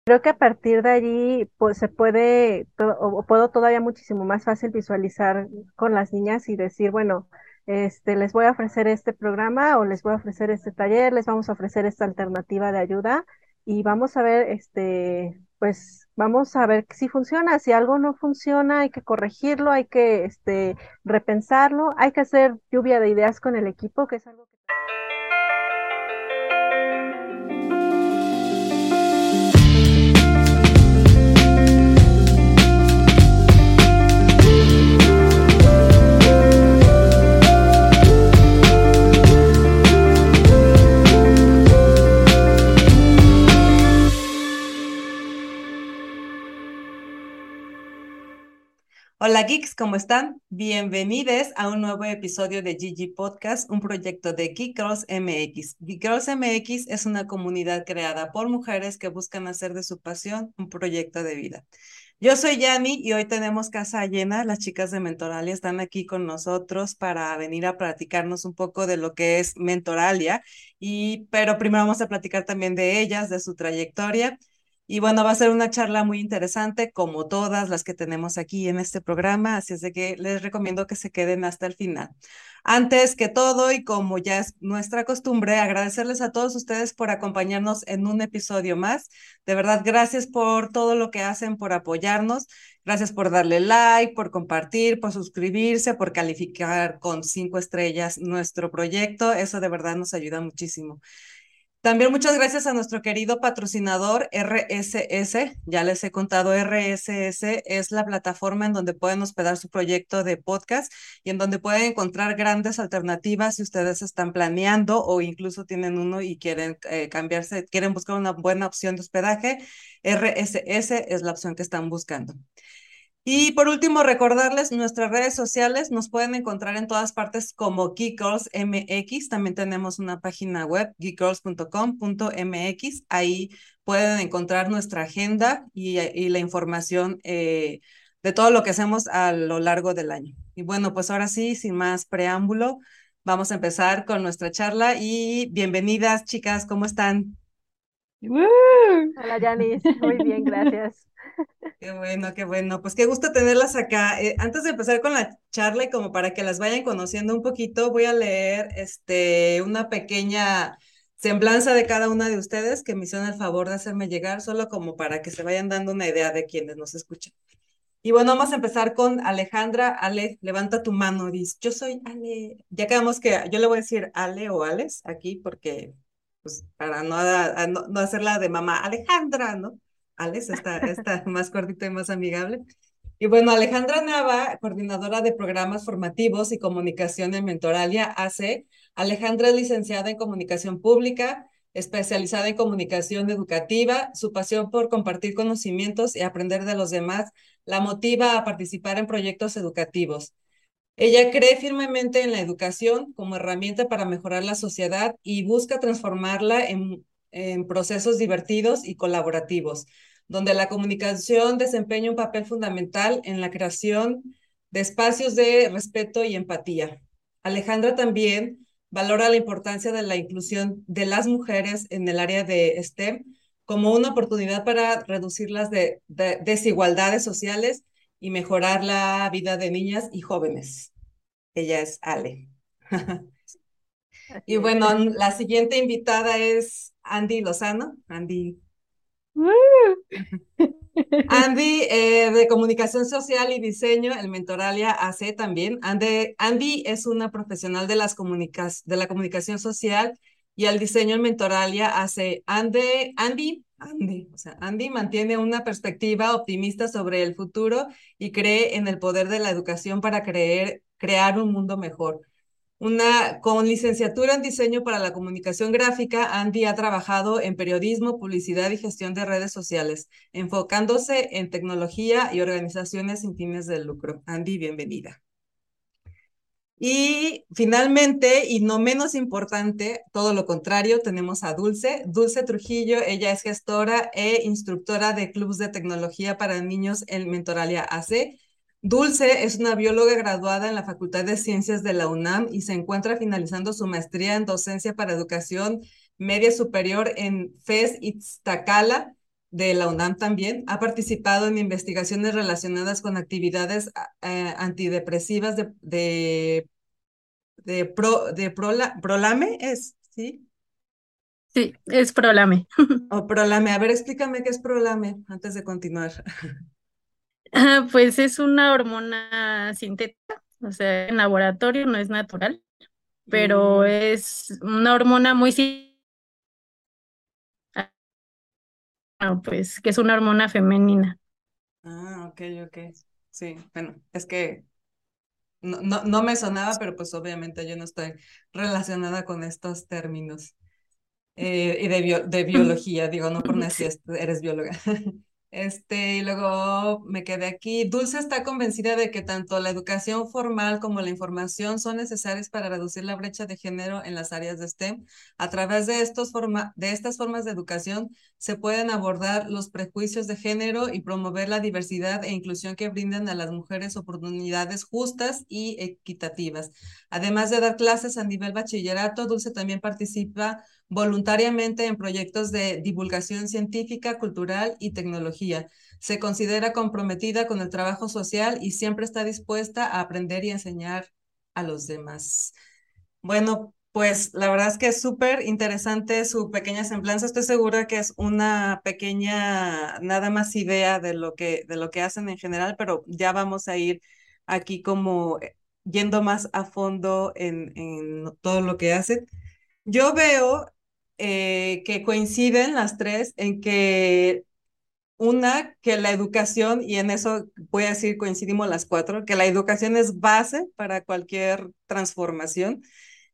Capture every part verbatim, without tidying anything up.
Creo que a partir de allí pues, se puede, to- o, o puedo todavía muchísimo más fácil visualizar con las niñas y decir, bueno, este, les voy a ofrecer este programa o les voy a ofrecer este taller, les vamos a ofrecer esta alternativa de ayuda y vamos a ver, este, pues vamos a ver si funciona. Si algo no funciona, hay que corregirlo, hay que, este, repensarlo, hay que hacer lluvia de ideas con el equipo, que es algo que... Hola geeks, ¿cómo están? Bienvenidos a un nuevo episodio de G G Podcast, un proyecto de Geek Girls M X. Geek Girls M X es una comunidad creada por mujeres que buscan hacer de su pasión un proyecto de vida. Yo soy Yani y hoy tenemos casa llena. Las chicas de Mentoralia están aquí con nosotros para venir a platicarnos un poco de lo que es Mentoralia, y, pero primero vamos a platicar también de ellas, de su trayectoria. Y bueno, va a ser una charla muy interesante, como todas las que tenemos aquí en este programa, así es de que les recomiendo que se queden hasta el final. Antes que todo, y como ya es nuestra costumbre, agradecerles a todos ustedes por acompañarnos en un episodio más. De verdad, gracias por todo lo que hacen, por apoyarnos. Gracias por darle like, por compartir, por suscribirse, por calificar con cinco estrellas nuestro proyecto. Eso de verdad nos ayuda muchísimo. También muchas gracias a nuestro querido patrocinador R S S. Ya les he contado, R S S es la plataforma en donde pueden hospedar su proyecto de podcast y en donde pueden encontrar grandes alternativas si ustedes están planeando o incluso tienen uno y quieren eh, cambiarse, quieren buscar una buena opción de hospedaje. R S S es la opción que están buscando. Y por último, recordarles nuestras redes sociales. Nos pueden encontrar en todas partes como Geek Girls M X. También tenemos una página web, geek girls punto com punto m x. Ahí pueden encontrar nuestra agenda y, y la información eh, de todo lo que hacemos a lo largo del año. Y bueno, pues ahora sí, sin más preámbulo, vamos a empezar con nuestra charla. Y bienvenidas, chicas, ¿cómo están? ¡Woo! Hola, Yanis, muy bien, gracias. Qué bueno, qué bueno. Pues qué gusto tenerlas acá. Eh, antes de empezar con la charla y como para que las vayan conociendo un poquito, voy a leer este, una pequeña semblanza de cada una de ustedes que me hicieron el favor de hacerme llegar, solo como para que se vayan dando una idea de quienes nos escuchan. Y bueno, vamos a empezar con Alejandra. Ale, levanta tu mano, dice, yo soy Ale. Ya quedamos que yo le voy a decir Ale o Alex aquí porque, pues, para no, a- no, no hacerla de mamá, Alejandra, ¿no? Alex está, está más cortito y más amigable. Y bueno, Alejandra Nava, coordinadora de programas formativos y comunicación en Mentoralia A C. Alejandra es licenciada en comunicación pública, especializada en comunicación educativa. Su pasión por compartir conocimientos y aprender de los demás la motiva a participar en proyectos educativos. Ella cree firmemente en la educación como herramienta para mejorar la sociedad y busca transformarla en, en procesos divertidos y colaborativos, donde la comunicación desempeña un papel fundamental en la creación de espacios de respeto y empatía. Alejandra también valora la importancia de la inclusión de las mujeres en el área de STEM como una oportunidad para reducir las de, de desigualdades sociales y mejorar la vida de niñas y jóvenes. Ella es Ale. Así Y es. bueno, la siguiente invitada es Andy Lozano. Andy, ¡Woo! Andy eh, de Comunicación Social y Diseño, el Mentoralia A C también. Andy, Andy es una profesional de, las comunicas, de la comunicación social y el diseño en Mentoralia A C. Andy, Andy, Andy, o sea, Andy mantiene una perspectiva optimista sobre el futuro y cree en el poder de la educación para creer, crear un mundo mejor. Una, con licenciatura en diseño para la comunicación gráfica, Andy ha trabajado en periodismo, publicidad y gestión de redes sociales, enfocándose en tecnología y organizaciones sin fines de lucro. Andy, bienvenida. Y finalmente, y no menos importante, todo lo contrario, tenemos a Dulce. Dulce Trujillo, ella es gestora e instructora de clubes de tecnología para niños en Mentoralia A C. Dulce es una bióloga graduada en la Facultad de Ciencias de la UNAM y se encuentra finalizando su maestría en docencia para educación media superior en FES Iztacala. de la UNAM también. Ha participado en investigaciones relacionadas con actividades eh, antidepresivas de, de, de, pro, de prola, Prolame, ¿es? ¿Sí? Sí, es Prolame. O Prolame. A ver, explícame qué es Prolame antes de continuar. Ah, pues es una hormona sintética, o sea, en laboratorio no es natural, pero Mm, es una hormona muy sí- ah, pues que es una hormona femenina. ah, ok, ok. Sí, bueno, es que no, no, no me sonaba, pero pues obviamente yo no estoy relacionada con estos términos. Eh, y de, bio- de biología, digo, no por nada si Sí. es- eres bióloga. Este, y luego me quedé aquí. Dulce está convencida de que tanto la educación formal como la información son necesarias para reducir la brecha de género en las áreas de STEM. A través de estos forma, de estas formas de educación se pueden abordar los prejuicios de género y promover la diversidad e inclusión que brindan a las mujeres oportunidades justas y equitativas. Además de dar clases a nivel bachillerato, Dulce también participa voluntariamente en proyectos de divulgación científica, cultural y tecnología. Se considera comprometida con el trabajo social y siempre está dispuesta a aprender y enseñar a los demás. Bueno, pues la verdad es que es súper interesante su pequeña semblanza. Estoy segura que es una pequeña, nada más idea de lo que, de lo que hacen en general, pero ya vamos a ir aquí como eh, yendo más a fondo en, en todo lo que hacen. Yo veo eh, que coinciden las tres en que una, que la educación, y en eso voy a decir coincidimos las cuatro, que la educación es base para cualquier transformación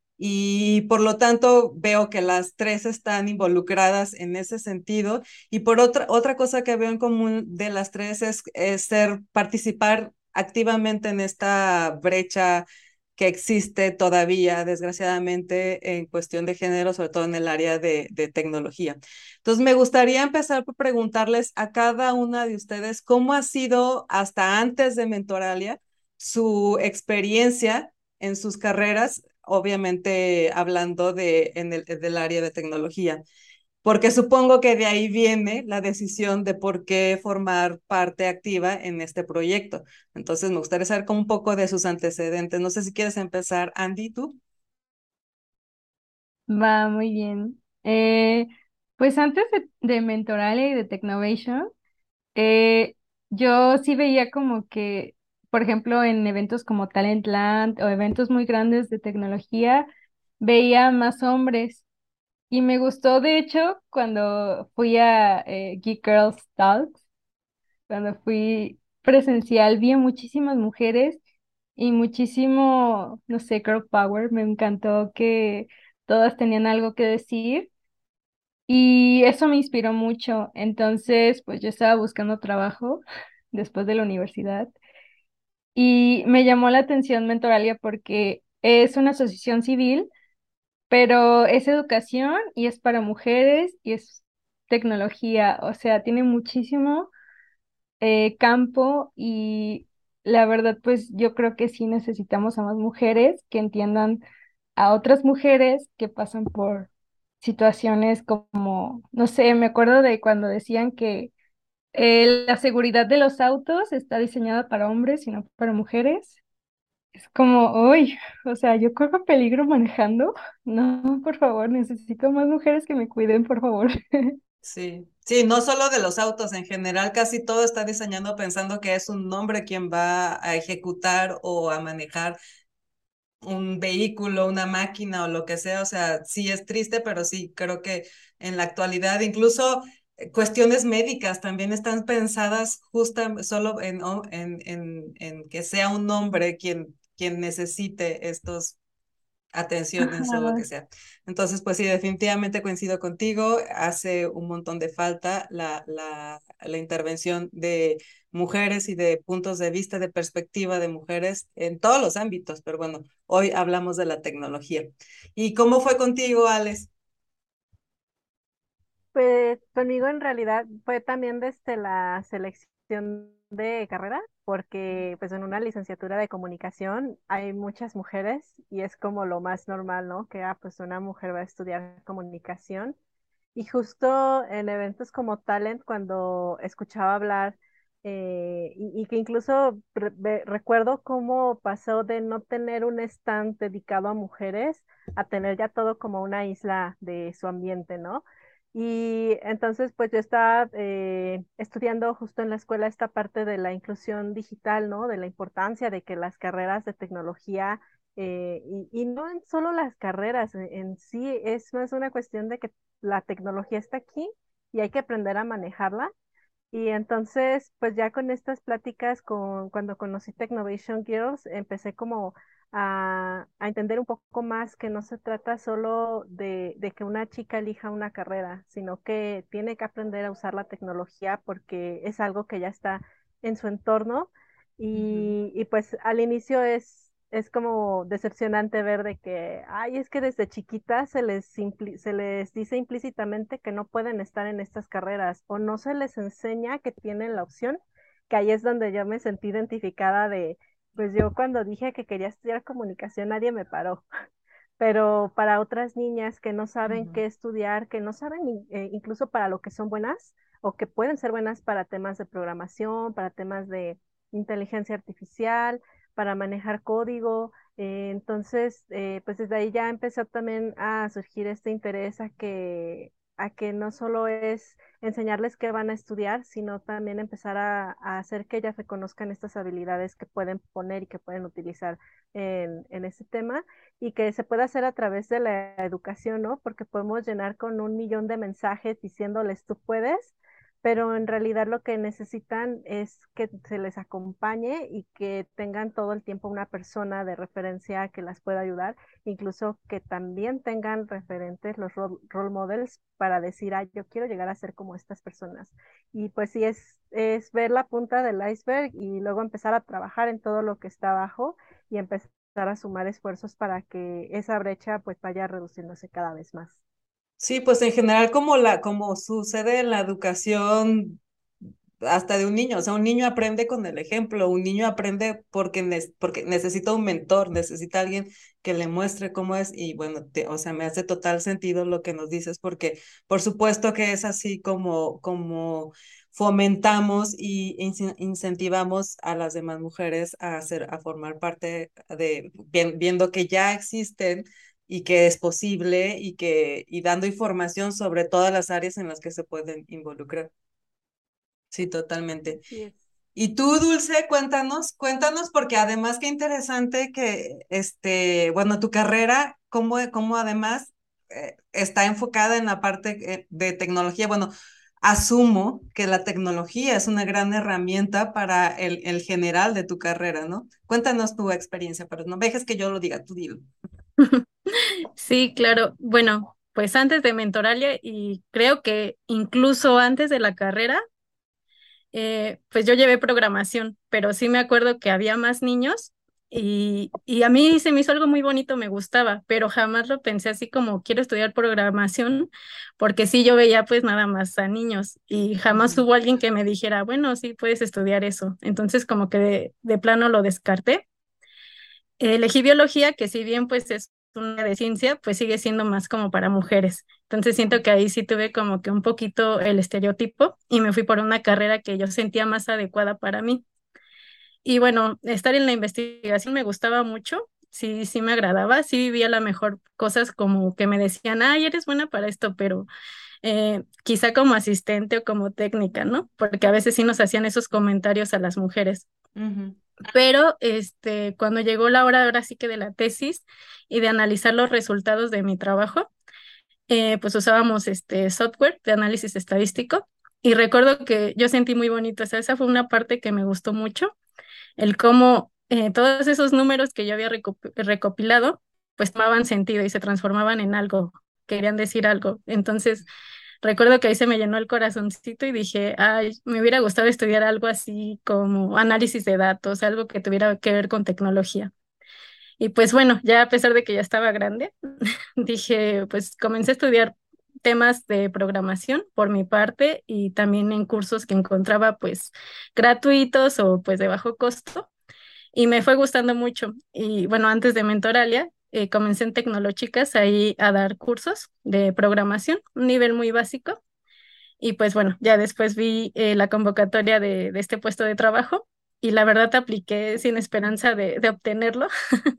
y por lo tanto veo que las tres están involucradas en ese sentido. Y por otra, otra cosa que veo en común de las tres es, es ser, participar activamente en esta brecha que existe todavía, desgraciadamente, en cuestión de género, sobre todo en el área de, de tecnología. Entonces, me gustaría empezar por preguntarles a cada una de ustedes cómo ha sido hasta antes de Mentoralia su experiencia en sus carreras, obviamente hablando de, en el, del área de tecnología, porque supongo que de ahí viene la decisión de por qué formar parte activa en este proyecto. Entonces, me gustaría saber con un poco de sus antecedentes. No sé si quieres empezar, Andy, tú. Va muy bien. Eh, pues antes de, de Mentoralia y de Technovation, eh, yo sí veía como que, por ejemplo, en eventos como Talentland o eventos muy grandes de tecnología, veía más hombres. Y me gustó, de hecho, cuando fui a eh, Geek Girls Talks, cuando fui presencial, vi a muchísimas mujeres y muchísimo, no sé, girl power. Me encantó que todas tenían algo que decir y eso me inspiró mucho. Entonces, pues yo estaba buscando trabajo después de la universidad y me llamó la atención Mentoralia porque es una asociación civil, pero es educación y es para mujeres y es tecnología, o sea, tiene muchísimo eh, campo y la verdad, pues yo creo que sí necesitamos a más mujeres que entiendan a otras mujeres que pasan por situaciones como, no sé, me acuerdo de cuando decían que eh, la seguridad de los autos está diseñada para hombres y no para mujeres. Es como, uy, o sea, yo corro peligro manejando. No, por favor, necesito más mujeres que me cuiden, por favor. Sí, sí, no solo de los autos, en general casi todo está diseñado pensando que es un hombre quien va a ejecutar o a manejar un vehículo, una máquina o lo que sea. O sea, sí es triste, pero sí creo que en la actualidad incluso eh, cuestiones médicas también están pensadas justo solo en, ho- en, en, en que sea un hombre quien, quien necesite estos atenciones o lo Ajá. que sea. Entonces, pues sí, definitivamente coincido contigo. Hace un montón de falta la, la, la intervención de mujeres y de puntos de vista, de perspectiva de mujeres en todos los ámbitos, pero bueno, hoy hablamos de la tecnología. ¿Y cómo fue contigo, Alex? Pues conmigo en realidad fue también desde la selección de carrera, porque pues en una licenciatura de comunicación hay muchas mujeres y es como lo más normal, ¿no? Que ah, pues una mujer va a estudiar comunicación Y justo en eventos como Talent, cuando escuchaba hablar, eh, y, y que incluso re- ve- recuerdo cómo pasó de no tener un stand dedicado a mujeres a tener ya todo como una isla de su ambiente, ¿no? Y entonces, pues yo estaba eh, estudiando justo en la escuela esta parte de la inclusión digital, ¿no? De la importancia de que las carreras de tecnología, eh, y, y no en solo las carreras, en, en sí es más una cuestión de que la tecnología está aquí y hay que aprender a manejarla. Y entonces, pues ya con estas pláticas, con, cuando conocí Technovation Girls, empecé como a, a entender un poco más que no se trata solo de, de que una chica elija una carrera, sino que tiene que aprender a usar la tecnología porque es algo que ya está en su entorno. Ujú, Y, y pues al inicio es, es como decepcionante ver de que, ay, es que desde chiquitas se les, impli- se les dice implícitamente que no pueden estar en estas carreras o no se les enseña que tienen la opción, que ahí es donde yo me sentí identificada de, pues yo cuando dije que quería estudiar comunicación nadie me paró, pero para otras niñas que no saben ujú. qué estudiar, que no saben in- eh, incluso para lo que son buenas o que pueden ser buenas para temas de programación, para temas de inteligencia artificial, para manejar código. Eh, entonces, eh, pues desde ahí ya empezó también a surgir este interés a que, a que no solo es enseñarles qué van a estudiar, sino también empezar a, a hacer que ellas reconozcan estas habilidades que pueden poner y que pueden utilizar en, en este tema y que se puede hacer a través de la educación, ¿no? Porque podemos llenar con un millón de mensajes diciéndoles tú puedes, pero en realidad lo que necesitan es que se les acompañe y que tengan todo el tiempo una persona de referencia que las pueda ayudar, incluso que también tengan referentes, los role, role models, para decir, ah, yo quiero llegar a ser como estas personas. Y pues sí, es, es ver la punta del iceberg y luego empezar a trabajar en todo lo que está abajo y empezar a sumar esfuerzos para que esa brecha pues vaya reduciéndose cada vez más. Sí, pues en general como la, como sucede en la educación hasta de un niño, o sea, un niño aprende con el ejemplo, un niño aprende porque, ne- porque necesita un mentor, necesita alguien que le muestre cómo es y bueno, te- o sea, me hace total sentido lo que nos dices porque por supuesto que es así como, como fomentamos y inci- incentivamos a las demás mujeres a hacer, a formar parte de, bien- viendo que ya existen y que es posible y que, y dando información sobre todas las áreas en las que se pueden involucrar. Sí, totalmente. Así es. Y tú, Dulce, cuéntanos, cuéntanos, porque además qué interesante que, este, bueno, tu carrera, cómo, cómo además eh, está enfocada en la parte eh, de tecnología. Bueno, asumo que la tecnología es una gran herramienta para el, el general de tu carrera, ¿no? Cuéntanos tu experiencia, pero no dejes que yo lo diga, tú dilo. Sí, claro. Bueno, pues antes de Mentoralia y creo que incluso antes de la carrera, eh, pues yo llevé programación, pero sí me acuerdo que había más niños y, y a mí se me hizo algo muy bonito, me gustaba, pero jamás lo pensé así como quiero estudiar programación, porque sí yo veía pues nada más a niños y jamás Ujú, hubo alguien que me dijera, bueno, sí puedes estudiar eso. Entonces como que de, de plano lo descarté. Elegí biología, que si bien pues es una de ciencia, pues sigue siendo más como para mujeres. Entonces siento que ahí sí tuve como que un poquito el estereotipo y me fui por una carrera que yo sentía más adecuada para mí. Y bueno, estar en la investigación me gustaba mucho, sí, sí me agradaba, sí vivía la mejor cosas como que me decían, ay, eres buena para esto, pero eh, quizá como asistente o como técnica, ¿no? Porque a veces sí nos hacían esos comentarios a las mujeres. ujú, Pero este, cuando llegó la hora ahora sí que de la tesis y de analizar los resultados de mi trabajo, eh, pues usábamos este software de análisis estadístico y recuerdo que yo sentí muy bonito, o sea, esa fue una parte que me gustó mucho, el cómo eh, todos esos números que yo había reco- recopilado, pues tomaban sentido y se transformaban en algo, querían decir algo. Entonces, recuerdo que ahí se me llenó el corazoncito y dije, ay, me hubiera gustado estudiar algo así como análisis de datos, algo que tuviera que ver con tecnología. Y pues bueno, ya a pesar de que ya estaba grande, dije, pues comencé a estudiar temas de programación por mi parte y también en cursos que encontraba pues gratuitos o pues de bajo costo y me fue gustando mucho. Y bueno, antes de Mentoralia, eh, comencé en Tecnológicas ahí a dar cursos de programación, un nivel muy básico. Y pues bueno, ya después vi eh, la convocatoria de, de este puesto de trabajo y la verdad apliqué sin esperanza de, de obtenerlo,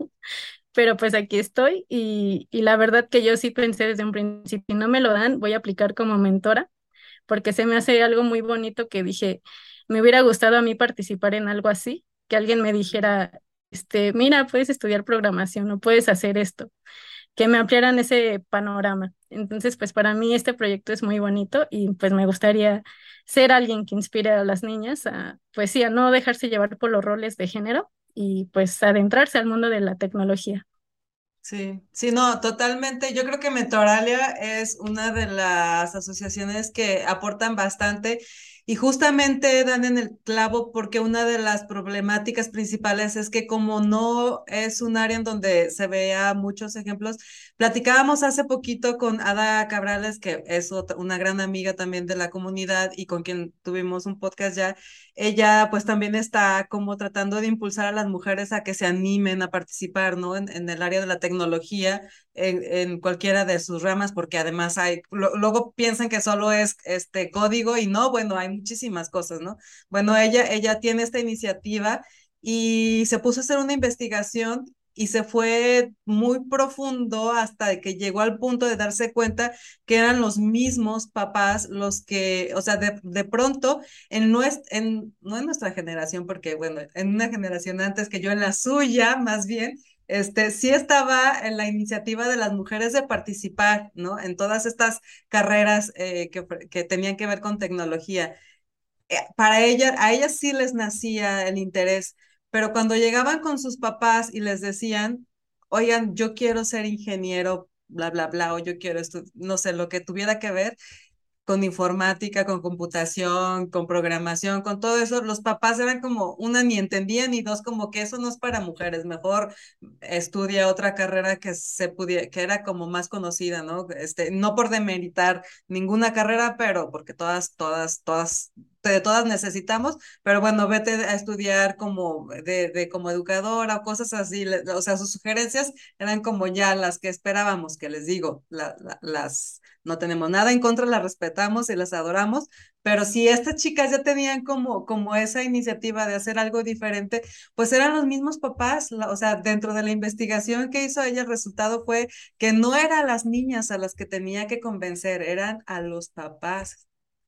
pero pues aquí estoy y, y la verdad que yo sí pensé desde un principio, si no me lo dan, voy a aplicar como mentora, porque se me hace algo muy bonito que dije, me hubiera gustado a mí participar en algo así, que alguien me dijera, este, mira, puedes estudiar programación o puedes hacer esto, que me ampliaran ese panorama. Entonces, pues para mí este proyecto es muy bonito y pues me gustaría ser alguien que inspire a las niñas a, pues sí, a no dejarse llevar por los roles de género y pues adentrarse al mundo de la tecnología. Sí, sí, no, totalmente. Yo creo que Mentoralia es una de las asociaciones que aportan bastante y justamente dan en el clavo porque una de las problemáticas principales es que como no es un área en donde se vea muchos ejemplos, platicábamos hace poquito con Ada Cabrales, que es otra- una gran amiga también de la comunidad y con quien tuvimos un podcast ya. Ella pues también está como tratando de impulsar a las mujeres a que se animen a participar, ¿no? En, en el área de la tecnología, en, en cualquiera de sus ramas, porque además hay, lo, luego piensan que solo es este código y no, bueno, hay muchísimas cosas, ¿no? Bueno, ella, ella tiene esta iniciativa y se puso a hacer una investigación y se fue muy profundo hasta que llegó al punto de darse cuenta que eran los mismos papás los que, o sea, de, de pronto en, nuestra, en, no en nuestra generación, porque bueno, en una generación antes que yo, en la suya, más bien, este, sí estaba en la iniciativa de las mujeres de participar, ¿no? En todas estas carreras eh, que, que tenían que ver con tecnología. Eh, para ella, a ellas sí les nacía el interés, pero cuando llegaban con sus papás y les decían, oigan, yo quiero ser ingeniero, bla, bla, bla, o yo quiero esto, no sé, lo que tuviera que ver, con informática, con computación, con programación, con todo eso, los papás eran como, una ni entendían y dos como que eso no es para mujeres, mejor estudia otra carrera que se pudiera, que era como más conocida, ¿no? Este, no por demeritar ninguna carrera, pero porque todas, todas, todas, de todas necesitamos, pero bueno, vete a estudiar como de, de como educadora o cosas así, o sea, sus sugerencias eran como ya las que esperábamos, que les digo, la, la, las no tenemos nada en contra, las respetamos y las adoramos, pero si estas chicas ya tenían como, como esa iniciativa de hacer algo diferente, pues eran los mismos papás, la, o sea, dentro de la investigación que hizo ella, el resultado fue que no eran las niñas a las que tenía que convencer, eran a los papás.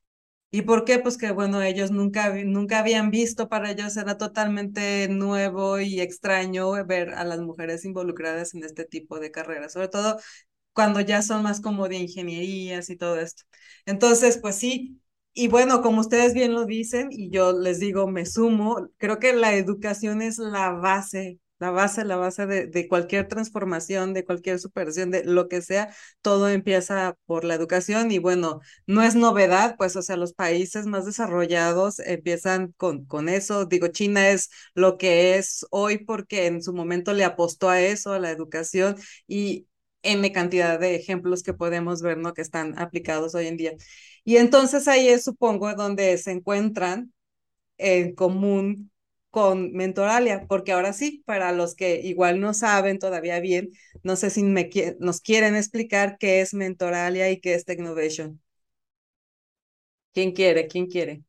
¿Y por qué? Pues que bueno, ellos nunca, nunca habían visto, para ellos era totalmente nuevo y extraño ver a las mujeres involucradas en este tipo de carreras, sobre todo cuando ya son más como de ingenierías y todo esto. Entonces, pues sí, y bueno, como ustedes bien lo dicen, y yo les digo, me sumo, creo que la educación es la base, la base, la base de, de cualquier transformación, de cualquier superación, de lo que sea, todo empieza por la educación y bueno, no es novedad, pues, o sea, los países más desarrollados empiezan con, con eso. Digo, China es lo que es hoy porque en su momento le apostó a eso, a la educación, y N cantidad de ejemplos que podemos ver, ¿no? Que están aplicados hoy en día. Y entonces ahí es, supongo, donde se encuentran en común con Mentoralia, porque ahora sí, para los que igual no saben todavía bien, no sé si me qui- nos quieren explicar qué es Mentoralia y qué es Technovation. ¿Quién quiere? ¿Quién quiere?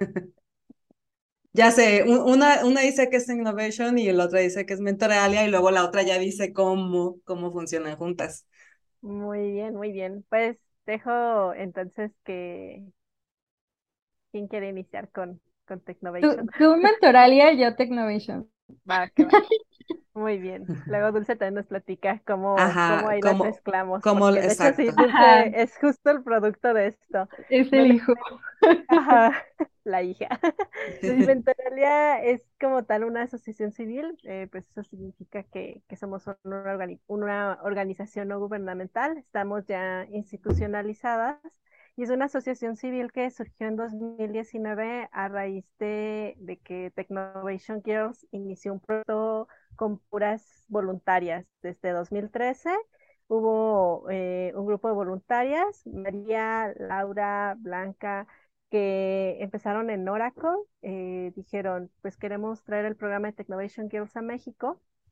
Ya sé, un- una, una dice que es Technovation y la otra dice que es Mentoralia y luego la otra ya dice cómo, cómo funcionan juntas. Muy bien, muy bien. Pues dejo entonces que, ¿quién quiere iniciar con, con Technovation? Tú, tú Mentoralia y yo Technovation. Va, que va. Muy bien. Luego Dulce también nos platica cómo, cómo Ajá, ahí las como, mezclamos, como, porque de hecho sí, exacto. Ajá, Dulce es justo el producto de esto. es el Bueno, hijo. ajá, la hija. Inventaria es como tal una asociación civil, eh, pues eso significa que, que somos una, organi- una organización no gubernamental, estamos ya institucionalizadas y es una asociación civil que surgió en dos mil diecinueve a raíz de, de que Technovation Girls inició un proyecto con puras voluntarias desde dos mil trece. Hubo eh, un grupo de voluntarias, María, Laura, Blanca, que empezaron en Oracle, eh, dijeron, pues queremos traer el programa de Technovation Girls a México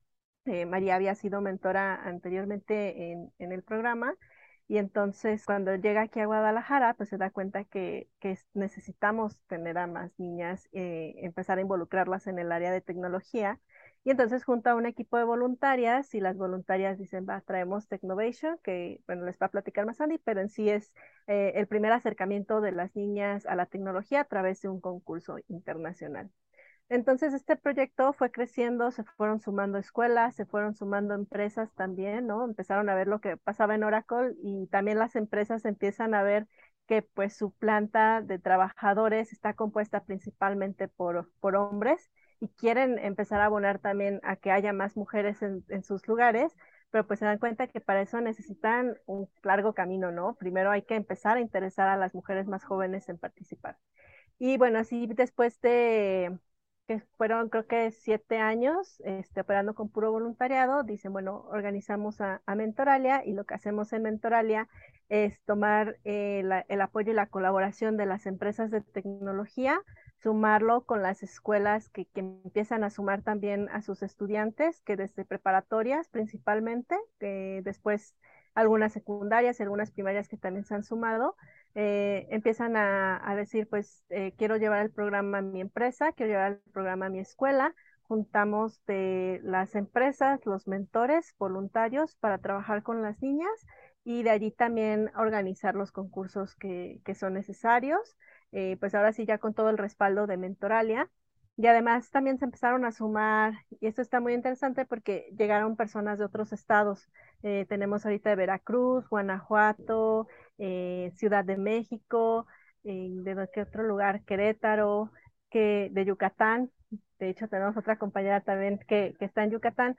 Eh, María había sido mentora anteriormente en, en el programa y entonces cuando llega aquí a Guadalajara, pues se da cuenta que, que es- necesitamos tener a más niñas, eh, empezar a involucrarlas en el área de tecnología. Y entonces junto a un equipo de voluntarias y las voluntarias dicen, va, traemos Technovation, que bueno, les va a platicar más Andy, pero en sí es eh, el primer acercamiento de las niñas a la tecnología a través de un concurso internacional. Entonces este proyecto fue creciendo, se fueron sumando escuelas, se fueron sumando empresas también, ¿no? Empezaron a ver lo que pasaba en Oracle y también las empresas empiezan a ver que pues su planta de trabajadores está compuesta principalmente por, por hombres y quieren empezar a abonar también a que haya más mujeres en, en sus lugares, pero pues se dan cuenta que para eso necesitan un largo camino, ¿no? Primero hay que empezar a interesar a las mujeres más jóvenes en participar. Y bueno, así después de que fueron creo que siete años este, operando con puro voluntariado, dicen, bueno, organizamos a, a Mentoralia y lo que hacemos en Mentoralia es tomar eh, la- el apoyo y la colaboración de las empresas de tecnología, sumarlo con las escuelas que, que empiezan a sumar también a sus estudiantes, que desde preparatorias principalmente, que después algunas secundarias y algunas primarias que también se han sumado eh, empiezan a, a decir, pues eh, quiero llevar el programa a mi empresa, quiero llevar el programa a mi escuela. Juntamos de las empresas, los mentores voluntarios para trabajar con las niñas y de allí también organizar los concursos que, que son necesarios. Eh, pues ahora sí, ya con todo el respaldo de Mentoralia. Y además también se empezaron a sumar, y esto está muy interesante porque llegaron personas de otros estados. Eh, tenemos ahorita de Veracruz, Guanajuato, eh, Ciudad de México, eh, de qué otro lugar, Querétaro, que de Yucatán. De hecho, tenemos otra compañera también que, que está en Yucatán.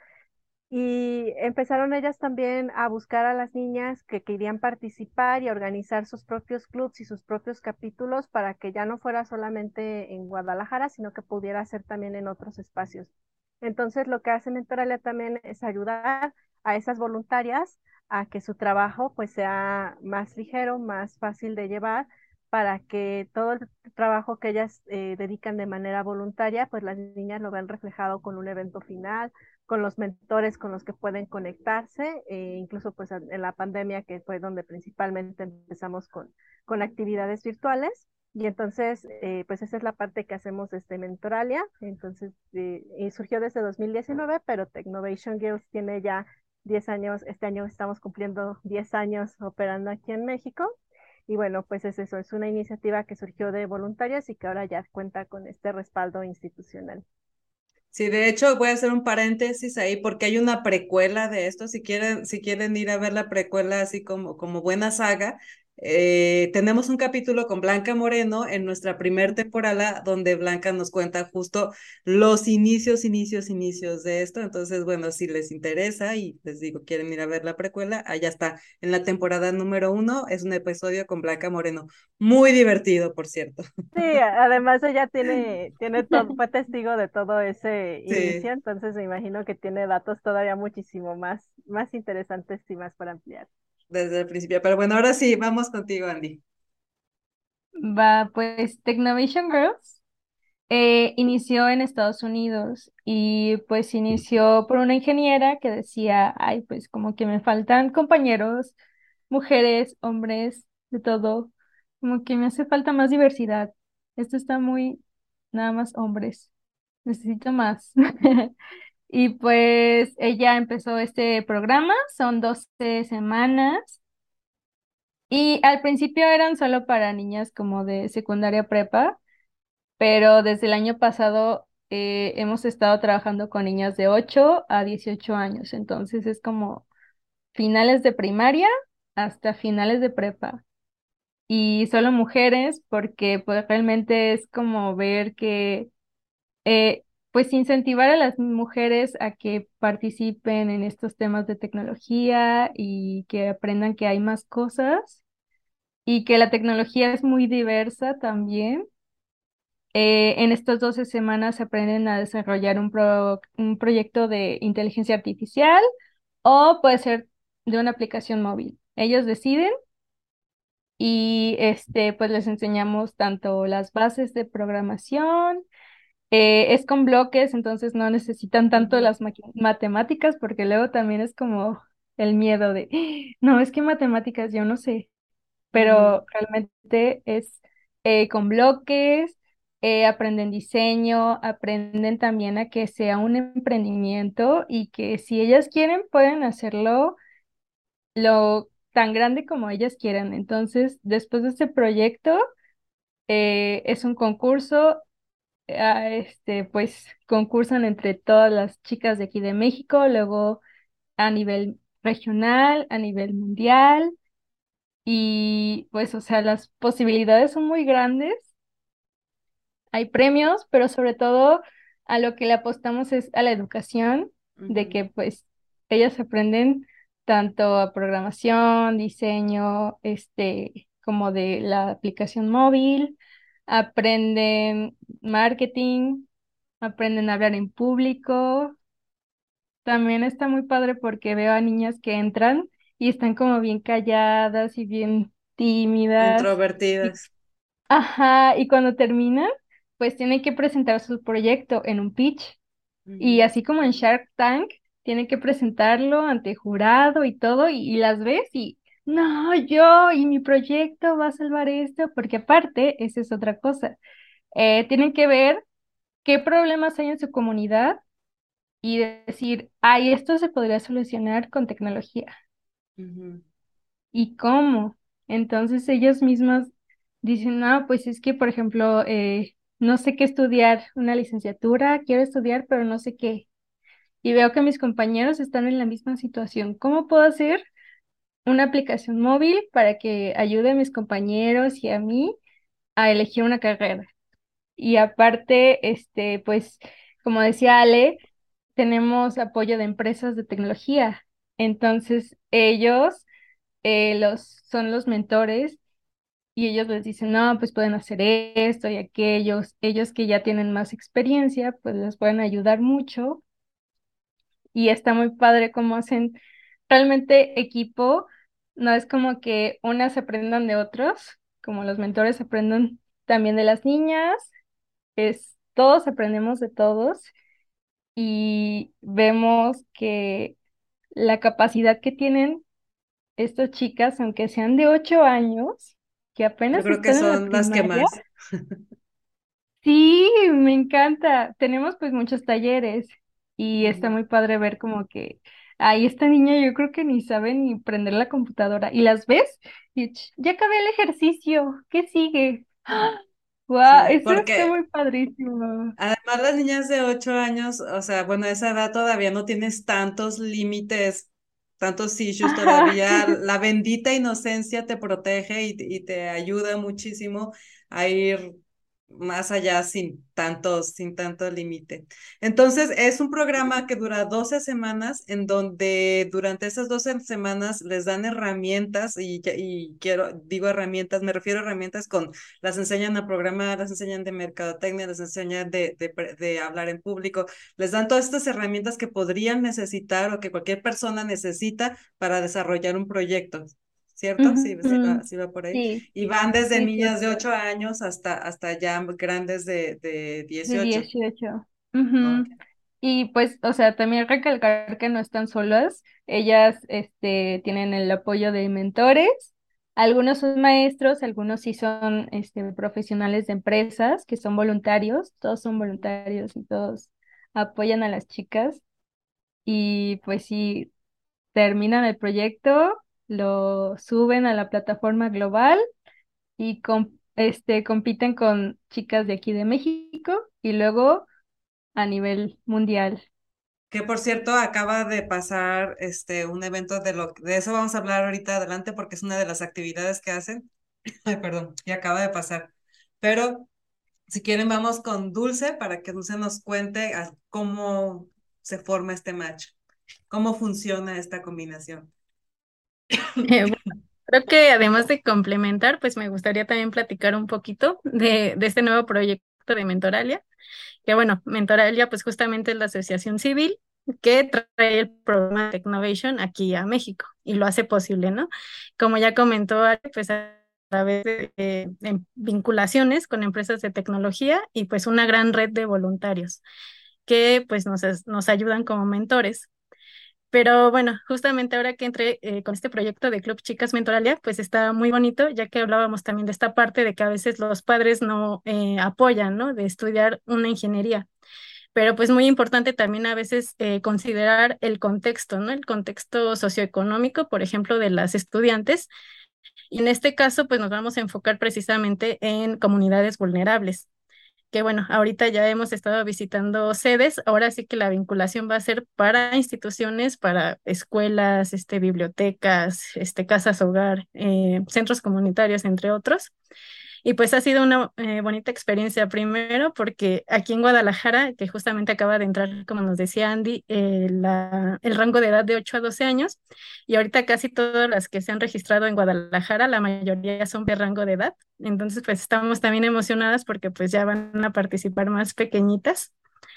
Y empezaron ellas también a buscar a las niñas que querían participar y a organizar sus propios clubs y sus propios capítulos para que ya no fuera solamente en Guadalajara, sino que pudiera ser también en otros espacios. Entonces, lo que hace Mentoralia también es ayudar a esas voluntarias a que su trabajo pues sea más ligero, más fácil de llevar, para que todo el trabajo que ellas eh, dedican de manera voluntaria, pues las niñas lo ven reflejado con un evento final, con los mentores con los que pueden conectarse, eh, incluso pues en la pandemia que fue donde principalmente empezamos con, con actividades virtuales. Y entonces, eh, pues esa es la parte que hacemos desde Mentoralia. Entonces, eh, y surgió desde dos mil diecinueve, pero Technovation Girls tiene ya diez años. Este año estamos cumpliendo diez años operando aquí en México. Y bueno, pues es eso, es una iniciativa que surgió de voluntarios y que ahora ya cuenta con este respaldo institucional. Sí, de hecho voy a hacer un paréntesis ahí porque hay una precuela de esto. Si quieren, si quieren ir a ver la precuela así como, como buena saga, eh, tenemos un capítulo con Blanca Moreno en nuestra primer temporada donde Blanca nos cuenta justo los inicios, inicios, inicios de esto. Entonces, bueno, si les interesa y les digo, quieren ir a ver la precuela, allá está. En la temporada número uno es un episodio con Blanca Moreno. Muy divertido, por cierto. Sí, además ella tiene, tiene todo, fue testigo de todo ese inicio, Sí, entonces me imagino que tiene datos todavía muchísimo más, más interesantes y más para ampliar. desde el principio. Pero bueno, ahora sí, vamos contigo, Andy. Va, pues Technovation Girls eh, inició en Estados Unidos y pues inició por una ingeniera que decía, ay, pues como que me faltan compañeros, mujeres, hombres, de todo, como que me hace falta más diversidad. Esto está muy, nada más hombres, necesito más. Y pues ella empezó este programa, son doce semanas y al principio eran solo para niñas como de secundaria prepa, pero desde el año pasado eh, hemos estado trabajando con niñas de ocho a dieciocho años, entonces es como finales de primaria hasta finales de prepa. Y solo mujeres porque pues realmente es como ver que eh, pues incentivar a las mujeres a que participen en estos temas de tecnología y que aprendan que hay más cosas y que la tecnología es muy diversa también. Eh, en estas doce semanas aprenden a desarrollar un, pro- un proyecto de inteligencia artificial o puede ser de una aplicación móvil. Ellos deciden y este, pues les enseñamos tanto las bases de programación, Eh, es con bloques, entonces no necesitan tanto Ujú, las maqui- matemáticas, porque luego también es como el miedo de, "Ah, no, es que matemáticas yo no sé", ujú. pero realmente es eh, con bloques, eh, aprenden diseño, aprenden también a que sea un emprendimiento y que si ellas quieren pueden hacerlo lo tan grande como ellas quieran. Entonces, después de este proyecto, eh, es un concurso, ah, este, pues concursan entre todas las chicas de aquí de México, luego a nivel regional, a nivel mundial, y pues, o sea, las posibilidades son muy grandes. Hay premios, pero sobre todo a lo que le apostamos es a la educación, de Ujú. que pues ellas aprenden tanto a programación, diseño, este, como de la aplicación móvil, aprenden marketing, aprenden a hablar en público. También está muy padre porque veo a niñas que entran y están como bien calladas y bien tímidas. Y, Introvertidas. ajá, y cuando terminan, pues tienen que presentar su proyecto en un pitch. Y Ujú. así como en Shark Tank, tienen que presentarlo ante jurado y todo, y, y las ves y, no, yo y mi proyecto va a salvar esto, porque aparte, esa es otra cosa. Eh, tienen que ver qué problemas hay en su comunidad y decir, ay, esto se podría solucionar con tecnología. Ujú. ¿Y cómo? Entonces ellas mismas dicen, no, pues es que, por ejemplo, eh, no sé qué estudiar, una licenciatura, quiero estudiar, pero no sé qué. Y veo que mis compañeros están en la misma situación. ¿Cómo puedo hacer una aplicación móvil para que ayude a mis compañeros y a mí a elegir una carrera? Y aparte, este, pues, como decía Ale, tenemos apoyo de empresas de tecnología. Entonces, ellos eh, los, son los mentores y ellos les dicen, no, pues pueden hacer esto y aquellos. Ellos que ya tienen más experiencia, pues les pueden ayudar mucho y está muy padre cómo hacen realmente equipo. No es como que unas aprendan de otros, como los mentores aprendan también de las niñas, es todos aprendemos de todos y vemos que la capacidad que tienen estas chicas, aunque sean de ocho años, que Yo apenas creo que están en la son las que primaria. más. Sí, me encanta. Tenemos pues muchos talleres y está Ujú. muy padre ver como que, ahí esta niña yo creo que ni sabe ni prender la computadora y las ves y ch, ya acabé el ejercicio, ¿qué sigue? ¡Wow! Sí, Eso está porque muy padrísimo. además las niñas de ocho años, o sea, bueno, a esa edad todavía no tienes tantos límites, tantos issues Ajá. todavía. La bendita inocencia te protege y, y te ayuda muchísimo a ir más allá sin tanto, sin tanto límite. Entonces, es un programa que dura doce semanas, en donde durante esas doce semanas les dan herramientas, y, y quiero, digo herramientas, me refiero a herramientas con las enseñan a programar, las enseñan de mercadotecnia, les enseñan de, de, pre- de hablar en público, les dan todas estas herramientas que podrían necesitar o que cualquier persona necesita para desarrollar un proyecto, ¿cierto? Sí, sí va, Ujú. sí va por ahí. Sí, Y van desde sí, niñas de justo. ocho años hasta, hasta ya grandes de, de De dieciocho. dieciocho. Ok. Ujú. Y pues, o sea, también recalcar que no están solas. Ellas, este, tienen el apoyo de mentores. Algunos son maestros, algunos sí son, este, profesionales de empresas que son voluntarios. Todos son voluntarios y todos apoyan a las chicas. Y pues sí, terminan el proyecto, lo suben a la plataforma global y com- este, compiten con chicas de aquí de México y luego a nivel mundial. Que por cierto, acaba de pasar este un evento de lo de eso vamos a hablar ahorita adelante porque es una de las actividades que hacen. Ay, perdón, y acaba de pasar. Pero si quieren, vamos con Dulce para que Dulce nos cuente a- cómo se forma este match, cómo funciona esta combinación. Eh, bueno, creo que además de complementar, pues me gustaría también platicar un poquito de, de este nuevo proyecto de Mentoralia, que bueno, Mentoralia pues justamente es la asociación civil que trae el programa de Technovation aquí a México y lo hace posible, ¿no? Como ya comentó, Ale, pues través de, eh, de vinculaciones con empresas de tecnología y pues una gran red de voluntarios que pues nos, as- nos ayudan como mentores. Pero bueno, justamente ahora que entré eh, con este proyecto de Club Chicas Mentoralia, pues está muy bonito, ya que hablábamos también de esta parte de que a veces los padres no eh, apoyan, ¿no? De estudiar una ingeniería. Pero pues muy importante también a veces eh, considerar el contexto, ¿no? El contexto socioeconómico, por ejemplo, de las estudiantes. Y en este caso, pues nos vamos a enfocar precisamente en comunidades vulnerables, que bueno, ahorita ya hemos estado visitando sedes, ahora sí que la vinculación va a ser para instituciones, para escuelas, este, bibliotecas, este, casas hogar, eh, centros comunitarios, entre otros. Y pues ha sido una eh, bonita experiencia, primero porque aquí en Guadalajara, que justamente acaba de entrar, como nos decía Andy, eh, la, el rango de edad de ocho a doce años, y ahorita casi todas las que se han registrado en Guadalajara, la mayoría son de rango de edad. Entonces, pues estamos también emocionadas porque pues ya van a participar más pequeñitas.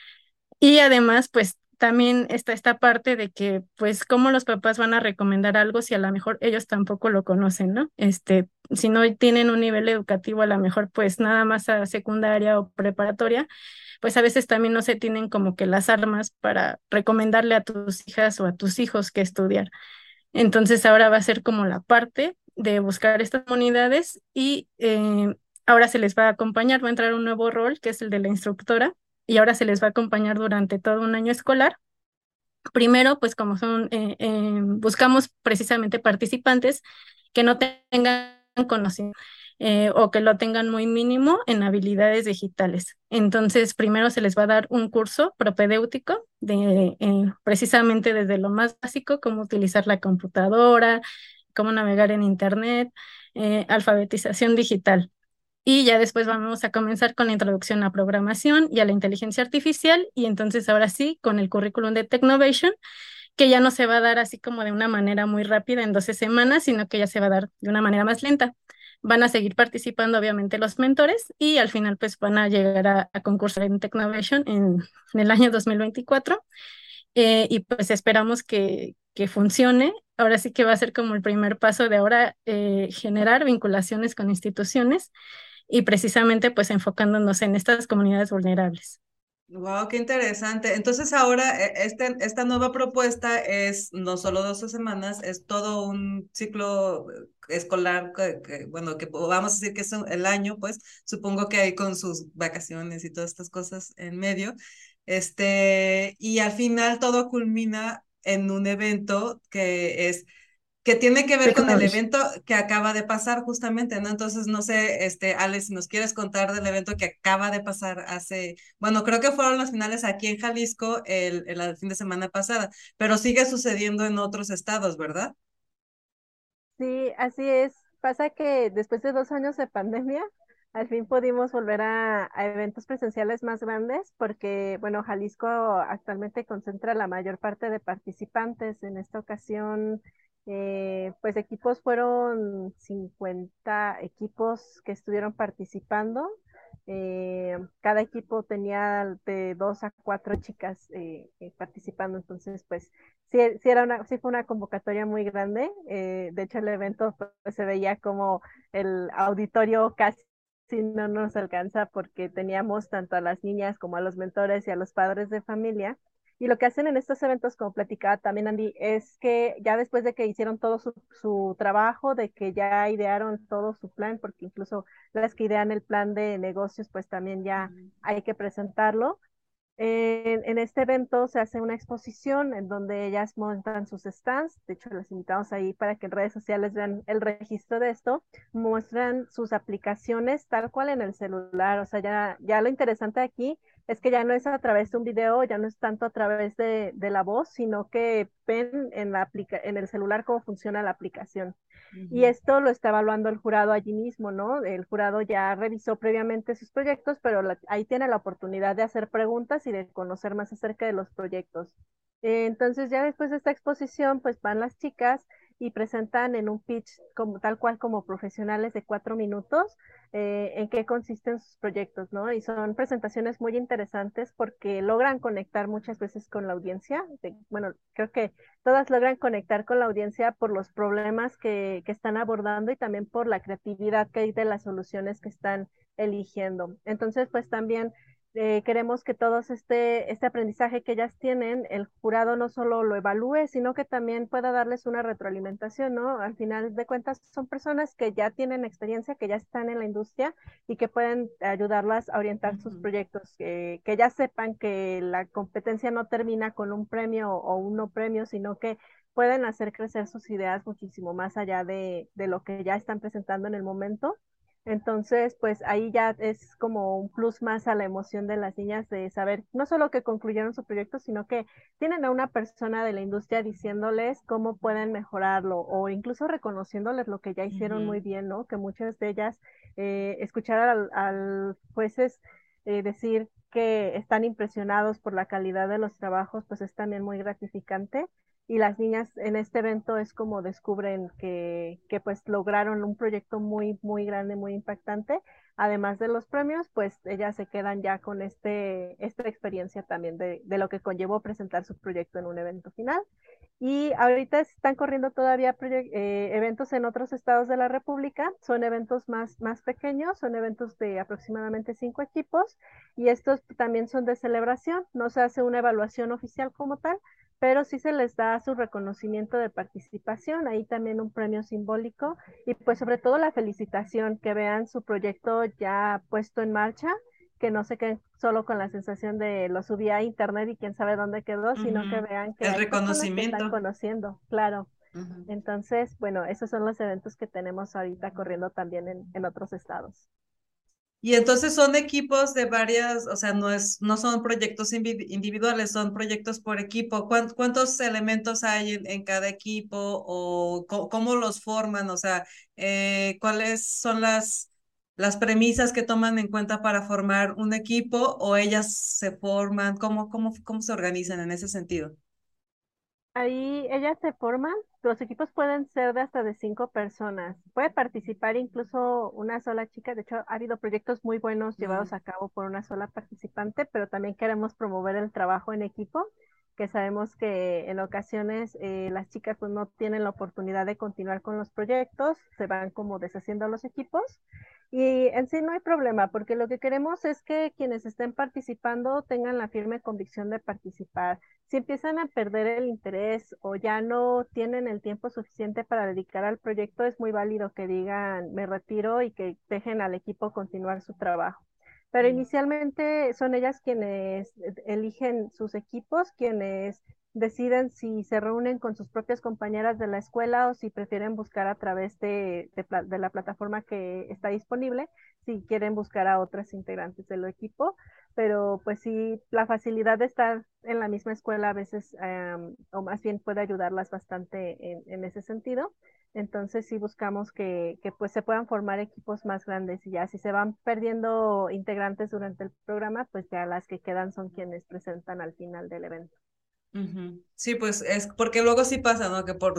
Y además, pues también está esta parte de que, pues, cómo los papás van a recomendar algo si a lo mejor ellos tampoco lo conocen, ¿no? Este, si no tienen un nivel educativo, a lo mejor, pues, nada más a secundaria o preparatoria, pues a veces también no se tienen como que las armas para recomendarle a tus hijas o a tus hijos qué estudiar. Entonces, ahora va a ser como la parte de buscar estas comunidades y eh, ahora se les va a acompañar, va a entrar un nuevo rol que es el de la instructora y ahora se les va a acompañar durante todo un año escolar. Primero, pues como son, eh, eh, buscamos precisamente participantes que no tengan conocimiento eh, o que lo tengan muy mínimo en habilidades digitales. Entonces, primero se les va a dar un curso propedéutico de eh, precisamente desde lo más básico, cómo utilizar la computadora, cómo navegar en internet, eh, alfabetización digital. Y ya después vamos a comenzar con la introducción a programación y a la inteligencia artificial. Y entonces ahora sí, con el currículum de Technovation, que ya no se va a dar así como de una manera muy rápida en doce semanas, sino que ya se va a dar de una manera más lenta. Van a seguir participando obviamente los mentores y al final pues van a llegar a, a concursar en Technovation en, en el año dos mil veinticuatro eh, y pues esperamos que, que funcione. Ahora sí que va a ser como el primer paso de ahora eh, generar vinculaciones con instituciones y precisamente pues enfocándonos en estas comunidades vulnerables. Wow, qué interesante. Entonces ahora eh, este, esta nueva propuesta es no solo doce semanas, es todo un ciclo eh, escolar que, que, bueno, que vamos a decir que es un- el año, pues supongo que hay con sus vacaciones y todas estas cosas en medio. Este, y al final todo culmina en un evento que es que tiene que ver con el Technovation. evento que acaba de pasar justamente, ¿no? Entonces, no sé, este, Alex, si nos quieres contar del evento que acaba de pasar hace, bueno, creo que fueron las finales aquí en Jalisco el, el, el fin de semana pasada, pero sigue sucediendo en otros estados, ¿verdad? Sí, así es. Pasa que después de dos años de pandemia, al fin pudimos volver a, a eventos presenciales más grandes porque, bueno, Jalisco actualmente concentra la mayor parte de participantes. En esta ocasión, eh, pues equipos fueron cincuenta equipos que estuvieron participando. Eh, cada equipo tenía de dos a cuatro chicas eh, eh, participando, entonces, pues sí, sí, era una, sí fue una convocatoria muy grande. Eh, de hecho, el evento pues, se veía como el auditorio casi no nos alcanza porque teníamos tanto a las niñas como a los mentores y a los padres de familia. Y lo que hacen en estos eventos, como platicaba también Andy, es que ya después de que hicieron todo su, su trabajo, de que ya idearon todo su plan, porque incluso las que idean el plan de negocios, pues también ya hay que presentarlo. En, en este evento se hace una exposición en donde ellas montan sus stands. De hecho, las invitamos ahí para que en redes sociales vean el registro de esto. Muestran sus aplicaciones tal cual en el celular. O sea, ya, ya lo interesante aquí es que ya no es a través de un video, ya no es tanto a través de, de la voz, sino que ven en, la aplica en el celular cómo funciona la aplicación. Y Ujú. esto lo está evaluando el jurado allí mismo, ¿no? El jurado ya revisó previamente sus proyectos, pero la, ahí tiene la oportunidad de hacer preguntas y de conocer más acerca de los proyectos. Eh, entonces ya después de esta exposición, pues van las chicas y presentan en un pitch como tal cual como profesionales de cuatro minutos eh, en qué consisten sus proyectos, ¿no? Y son presentaciones muy interesantes porque logran conectar muchas veces con la audiencia. De, bueno, creo que todas logran conectar con la audiencia por los problemas que, que están abordando y también por la creatividad que hay de las soluciones que están eligiendo. Entonces, pues también eh, queremos que todos este, este aprendizaje que ellas tienen, el jurado no solo lo evalúe, sino que también pueda darles una retroalimentación, ¿no? Al final de cuentas, son personas que ya tienen experiencia, que ya están en la industria y que pueden ayudarlas a orientar sus Ujú. proyectos, eh, que ya sepan que la competencia no termina con un premio o un no premio, sino que pueden hacer crecer sus ideas muchísimo más allá de, de lo que ya están presentando en el momento. Entonces, pues ahí ya es como un plus más a la emoción de las niñas de saber no solo que concluyeron su proyecto, sino que tienen a una persona de la industria diciéndoles cómo pueden mejorarlo o incluso reconociéndoles lo que ya hicieron muy Ujú. bien, ¿no? Que muchas de ellas eh, escuchar al, al jueces eh, decir que están impresionados por la calidad de los trabajos, pues es también muy gratificante y las niñas en este evento es como descubren que, que pues lograron un proyecto muy, muy grande, muy impactante. Además de los premios, pues ellas se quedan ya con este, esta experiencia también de, de lo que conllevó presentar su proyecto en un evento final. Y ahorita están corriendo todavía eh, eventos en otros estados de la República. Son eventos más, más pequeños, son eventos de aproximadamente cinco equipos y estos también son de celebración. No se hace una evaluación oficial como tal, pero sí se les da su reconocimiento de participación, ahí también un premio simbólico y pues sobre todo la felicitación, que vean su proyecto ya puesto en marcha, que no se queden solo con la sensación de lo subí a internet y quién sabe dónde quedó, sino que Ujú. vean que El hay personas que están reconocimiento. conociendo, claro. Ujú. Entonces, bueno, esos son los eventos que tenemos ahorita corriendo también en, en otros estados. Y entonces son equipos de varias, o sea, no es, no son proyectos invi- individuales, son proyectos por equipo. ¿Cuán- ¿Cuántos elementos hay en, en cada equipo o co- cómo los forman? O sea, eh, ¿cuáles son las, las premisas que toman en cuenta para formar un equipo o ellas se forman? ¿Cómo, cómo, cómo se organizan en ese sentido? Ahí ellas se forman, los equipos pueden ser de hasta de cinco personas. Puede participar incluso una sola chica. De hecho, ha habido proyectos muy buenos llevados Mm. a cabo por una sola participante, pero también queremos promover el trabajo en equipo, que sabemos que en ocasiones eh, las chicas pues no tienen la oportunidad de continuar con los proyectos, se van como deshaciendo los equipos. Y en sí no hay problema, porque lo que queremos es que quienes estén participando tengan la firme convicción de participar. Si empiezan a perder el interés o ya no tienen el tiempo suficiente para dedicar al proyecto, es muy válido que digan me retiro y que dejen al equipo continuar su trabajo. Pero Mm. inicialmente son ellas quienes eligen sus equipos, quienes deciden si se reúnen con sus propias compañeras de la escuela o si prefieren buscar a través de, de, de la plataforma que está disponible, si quieren buscar a otras integrantes del equipo, pero pues sí, la facilidad de estar en la misma escuela a veces, um, o más bien puede ayudarlas bastante en, en ese sentido. Entonces sí buscamos que, que, pues se puedan formar equipos más grandes y ya si se van perdiendo integrantes durante el programa, pues ya las que quedan son quienes presentan al final del evento. Ujú. Sí, pues es porque luego sí pasa, ¿no? Que por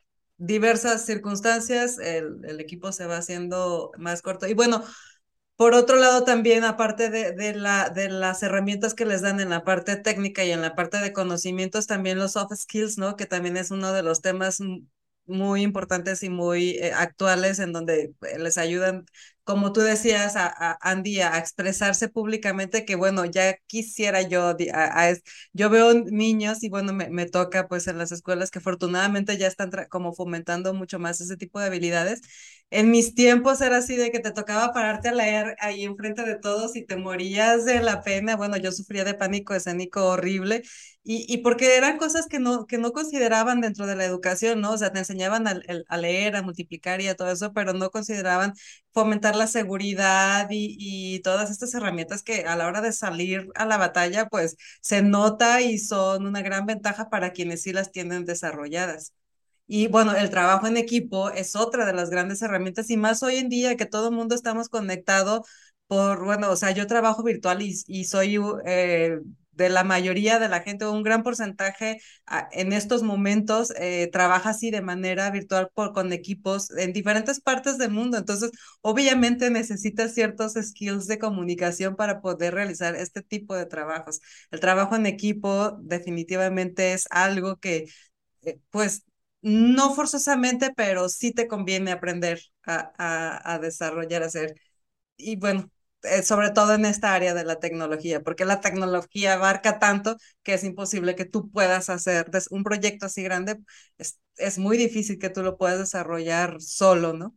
diversas circunstancias el, el equipo se va haciendo más corto. Y bueno, por otro lado, también, aparte de, de, la, de las herramientas que les dan en la parte técnica y en la parte de conocimientos, también los soft skills, ¿no? Que también es uno de los temas m- muy importantes y muy eh, actuales en donde eh, les ayudan, como tú decías, a, a Andy, a expresarse públicamente, que bueno, ya quisiera yo, di- a- a es- yo veo niños y bueno, me, me toca pues en las escuelas que afortunadamente ya están tra- como fomentando mucho más ese tipo de habilidades. En mis tiempos era así de que te tocaba pararte a leer ahí enfrente de todos y te morías de la pena. Bueno, yo sufría de pánico escénico horrible y, y porque eran cosas que no, que no consideraban dentro de la educación, ¿no? O sea, te enseñaban a, a leer, a multiplicar y a todo eso, pero no consideraban fomentar la seguridad y, y todas estas herramientas que a la hora de salir a la batalla, pues se nota y son una gran ventaja para quienes sí las tienen desarrolladas. Y bueno, el trabajo en equipo es otra de las grandes herramientas y más hoy en día que todo el mundo estamos conectado por, bueno, o sea, yo trabajo virtual y, y soy eh, de la mayoría de la gente, o un gran porcentaje a, en estos momentos eh, trabaja así de manera virtual por, con equipos en diferentes partes del mundo. Entonces, obviamente necesitas ciertos skills de comunicación para poder realizar este tipo de trabajos. El trabajo en equipo definitivamente es algo que, eh, pues, no forzosamente, pero sí te conviene aprender a, a, a desarrollar, a hacer. Y bueno, eh, sobre todo en esta área de la tecnología, porque la tecnología abarca tanto que es imposible que tú puedas hacer des- un proyecto así grande. Es, es muy difícil que tú lo puedas desarrollar solo, ¿no?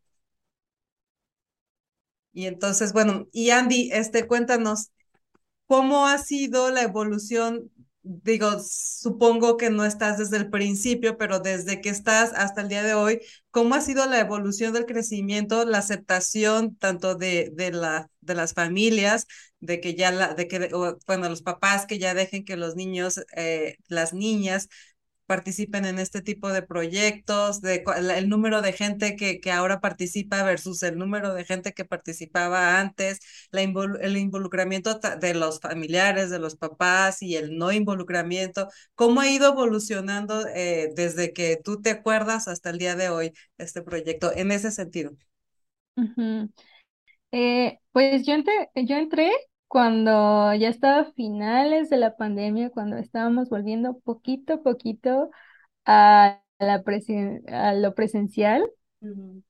Y entonces, bueno, y Andy, este, cuéntanos, ¿cómo ha sido la evolución? Digo, supongo que no estás desde el principio, pero desde que estás hasta el día de hoy, ¿cómo ha sido la evolución del crecimiento, la aceptación tanto de, de la, de las familias, de que ya la, de que, o, bueno, los papás que ya dejen que los niños, eh, las niñas participen en este tipo de proyectos, de el número de gente que, que ahora participa versus el número de gente que participaba antes, la invol el involucramiento de los familiares, de los papás y el no involucramiento, cómo ha ido evolucionando eh, desde que tú te acuerdas hasta el día de hoy este proyecto en ese sentido. Ujú. Eh, pues yo entré, yo entré cuando ya estaba a finales de la pandemia, cuando estábamos volviendo poquito a poquito a la presen- a lo presencial. Ujú.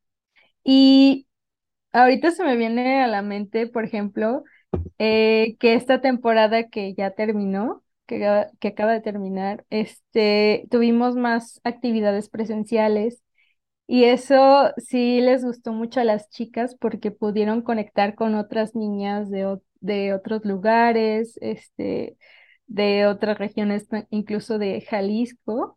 Y ahorita se me viene a la mente, por ejemplo, eh, que esta temporada que ya terminó, que, acaba- que acaba de terminar, este, tuvimos más actividades presenciales y eso sí les gustó mucho a las chicas porque pudieron conectar con otras niñas de, o- de otros lugares, este, de otras regiones, ta- incluso de Jalisco.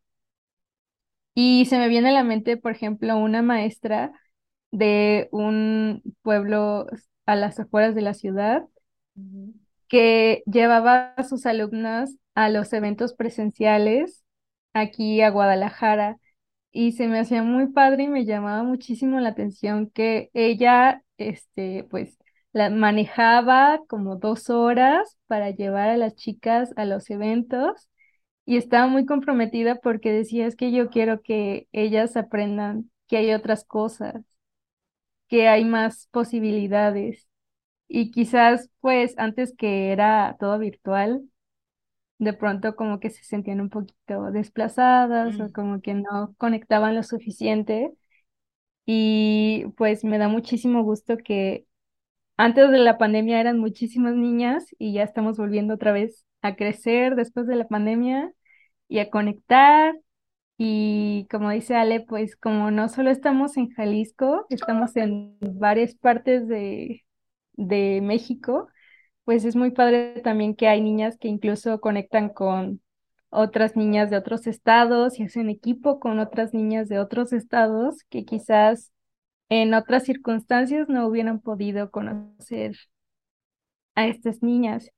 Y se me viene a la mente, por ejemplo, una maestra de un pueblo a las afueras de la ciudad Ujú. que llevaba a sus alumnas a los eventos presenciales aquí a Guadalajara y se me hacía muy padre y me llamaba muchísimo la atención que ella, este, pues, la manejaba como dos horas para llevar a las chicas a los eventos y estaba muy comprometida porque decía, es que yo quiero que ellas aprendan que hay otras cosas, que hay más posibilidades. Y quizás, pues, antes que era todo virtual, de pronto como que se sentían un poquito desplazadas o Mm. como que no conectaban lo suficiente. Y pues me da muchísimo gusto que antes de la pandemia eran muchísimas niñas y ya estamos volviendo otra vez a crecer después de la pandemia y a conectar. Y como dice Ale, pues como no solo estamos en Jalisco, estamos en varias partes de, de México, pues es muy padre también que hay niñas que incluso conectan con otras niñas de otros estados y hacen equipo con otras niñas de otros estados que quizás en otras circunstancias no hubieran podido conocer a estas niñas.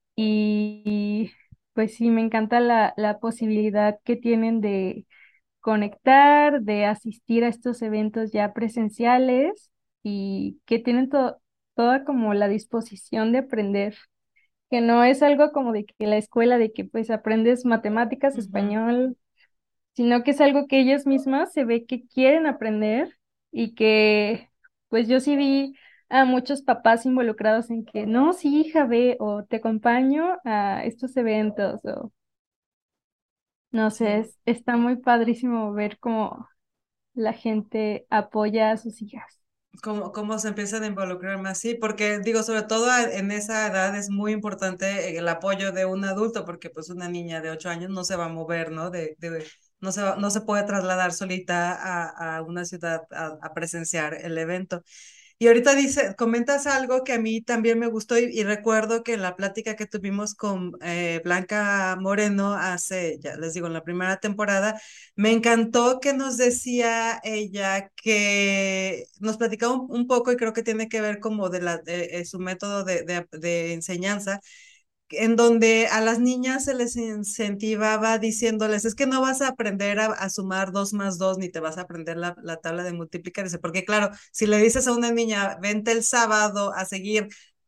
Y pues sí, me encanta la, la posibilidad que tienen de conectar, de asistir a estos eventos ya presenciales y que tienen to- toda como la disposición de aprender, que no es algo como de que la escuela, de que pues aprendes matemáticas, Ujú. español, sino que es algo que ellas mismas se ve que quieren aprender y que pues yo sí vi a muchos papás involucrados en que no, sí, hija, ve o te acompaño a estos eventos o no sé, Sí. es- está muy padrísimo ver cómo la gente apoya a sus hijas. Cómo, cómo se empiezan a involucrar más, sí, porque digo, sobre todo a- en esa edad es muy importante el apoyo de un adulto, porque pues una niña de ocho años no se va a mover, ¿no? De, de- no se va- no se puede trasladar solita a, a una ciudad a, a presenciar el evento. Y ahorita dice, comentas algo que a mí también me gustó y, y recuerdo que en la plática que tuvimos con eh, Blanca Moreno hace, ya les digo, en la primera temporada, me encantó que nos decía ella que nos platicaba un, un poco y creo que tiene que ver como de, la, de, eh, su método de, de, de enseñanza en donde a las niñas se les incentivaba diciéndoles, es que no vas a aprender a, a sumar dos más dos, ni te vas a aprender la, la tabla de multiplicar, dice, porque claro, si le dices a una niña, vente el sábado a seguir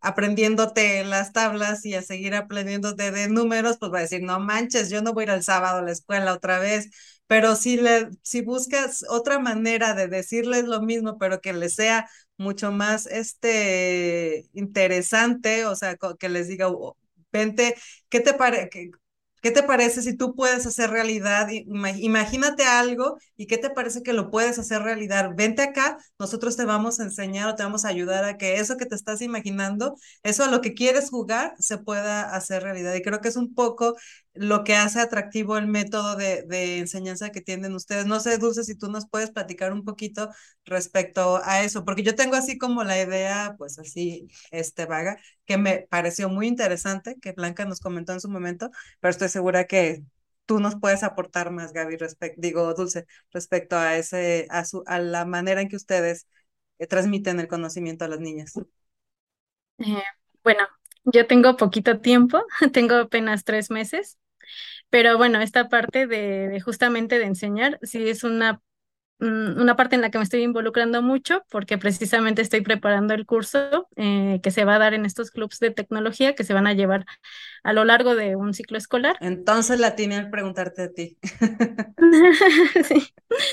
aprendiéndote las tablas y a seguir aprendiéndote de números, pues va a decir, no manches, yo no voy a ir el sábado a la escuela otra vez. Pero si, le, si buscas otra manera de decirles lo mismo, pero que les sea mucho más este, interesante, o sea, que les diga, oh, vente, ¿qué te parece? ¿Qué te parece si tú puedes hacer realidad? Imagínate algo y qué te parece que lo puedes hacer realidad. Vente acá, nosotros te vamos a enseñar o te vamos a ayudar a que eso que te estás imaginando, eso a lo que quieres jugar, se pueda hacer realidad. Y creo que es un poco lo que hace atractivo el método de, de enseñanza que tienen ustedes. No sé, Dulce, si tú nos puedes platicar un poquito respecto a eso, porque yo tengo así como la idea, pues así, este, vaga, que me pareció muy interesante, que Blanca nos comentó en su momento, pero estoy segura que tú nos puedes aportar más, Gaby, respecto, digo, Dulce, respecto a ese, a su, a la manera en que ustedes eh, transmiten el conocimiento a las niñas. Eh, bueno, yo tengo poquito tiempo, tengo apenas tres meses, pero bueno, esta parte de, de justamente de enseñar, sí es una mm, una parte en la que me estoy involucrando mucho porque precisamente estoy preparando el curso eh, que se va a dar en estos clubs de tecnología que se van a llevar a lo largo de un ciclo escolar. Entonces la tiene al preguntarte a ti. Sí.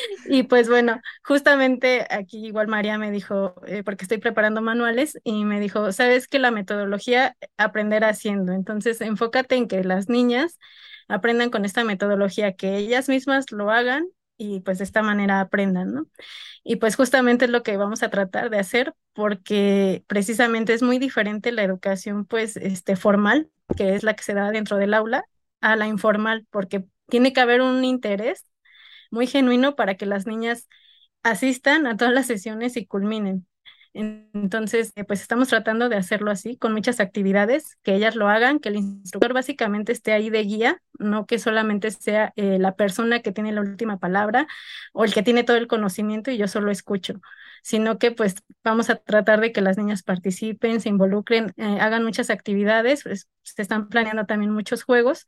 Y pues bueno, justamente aquí igual María me dijo, eh, porque estoy preparando manuales, y me dijo, sabes que la metodología aprender haciendo, entonces enfócate en que las niñas aprendan con esta metodología, que ellas mismas lo hagan y pues de esta manera aprendan, ¿no? Y pues justamente es lo que vamos a tratar de hacer porque precisamente es muy diferente la educación pues este formal, que es la que se da dentro del aula, a la informal, porque tiene que haber un interés muy genuino para que las niñas asistan a todas las sesiones y culminen. Entonces, eh, pues estamos tratando de hacerlo así, con muchas actividades, que ellas lo hagan, que el instructor básicamente esté ahí de guía, no que solamente sea eh, la persona que tiene la última palabra o el que tiene todo el conocimiento y yo solo escucho, sino que pues vamos a tratar de que las niñas participen, se involucren, eh, hagan muchas actividades, pues, se están planeando también muchos juegos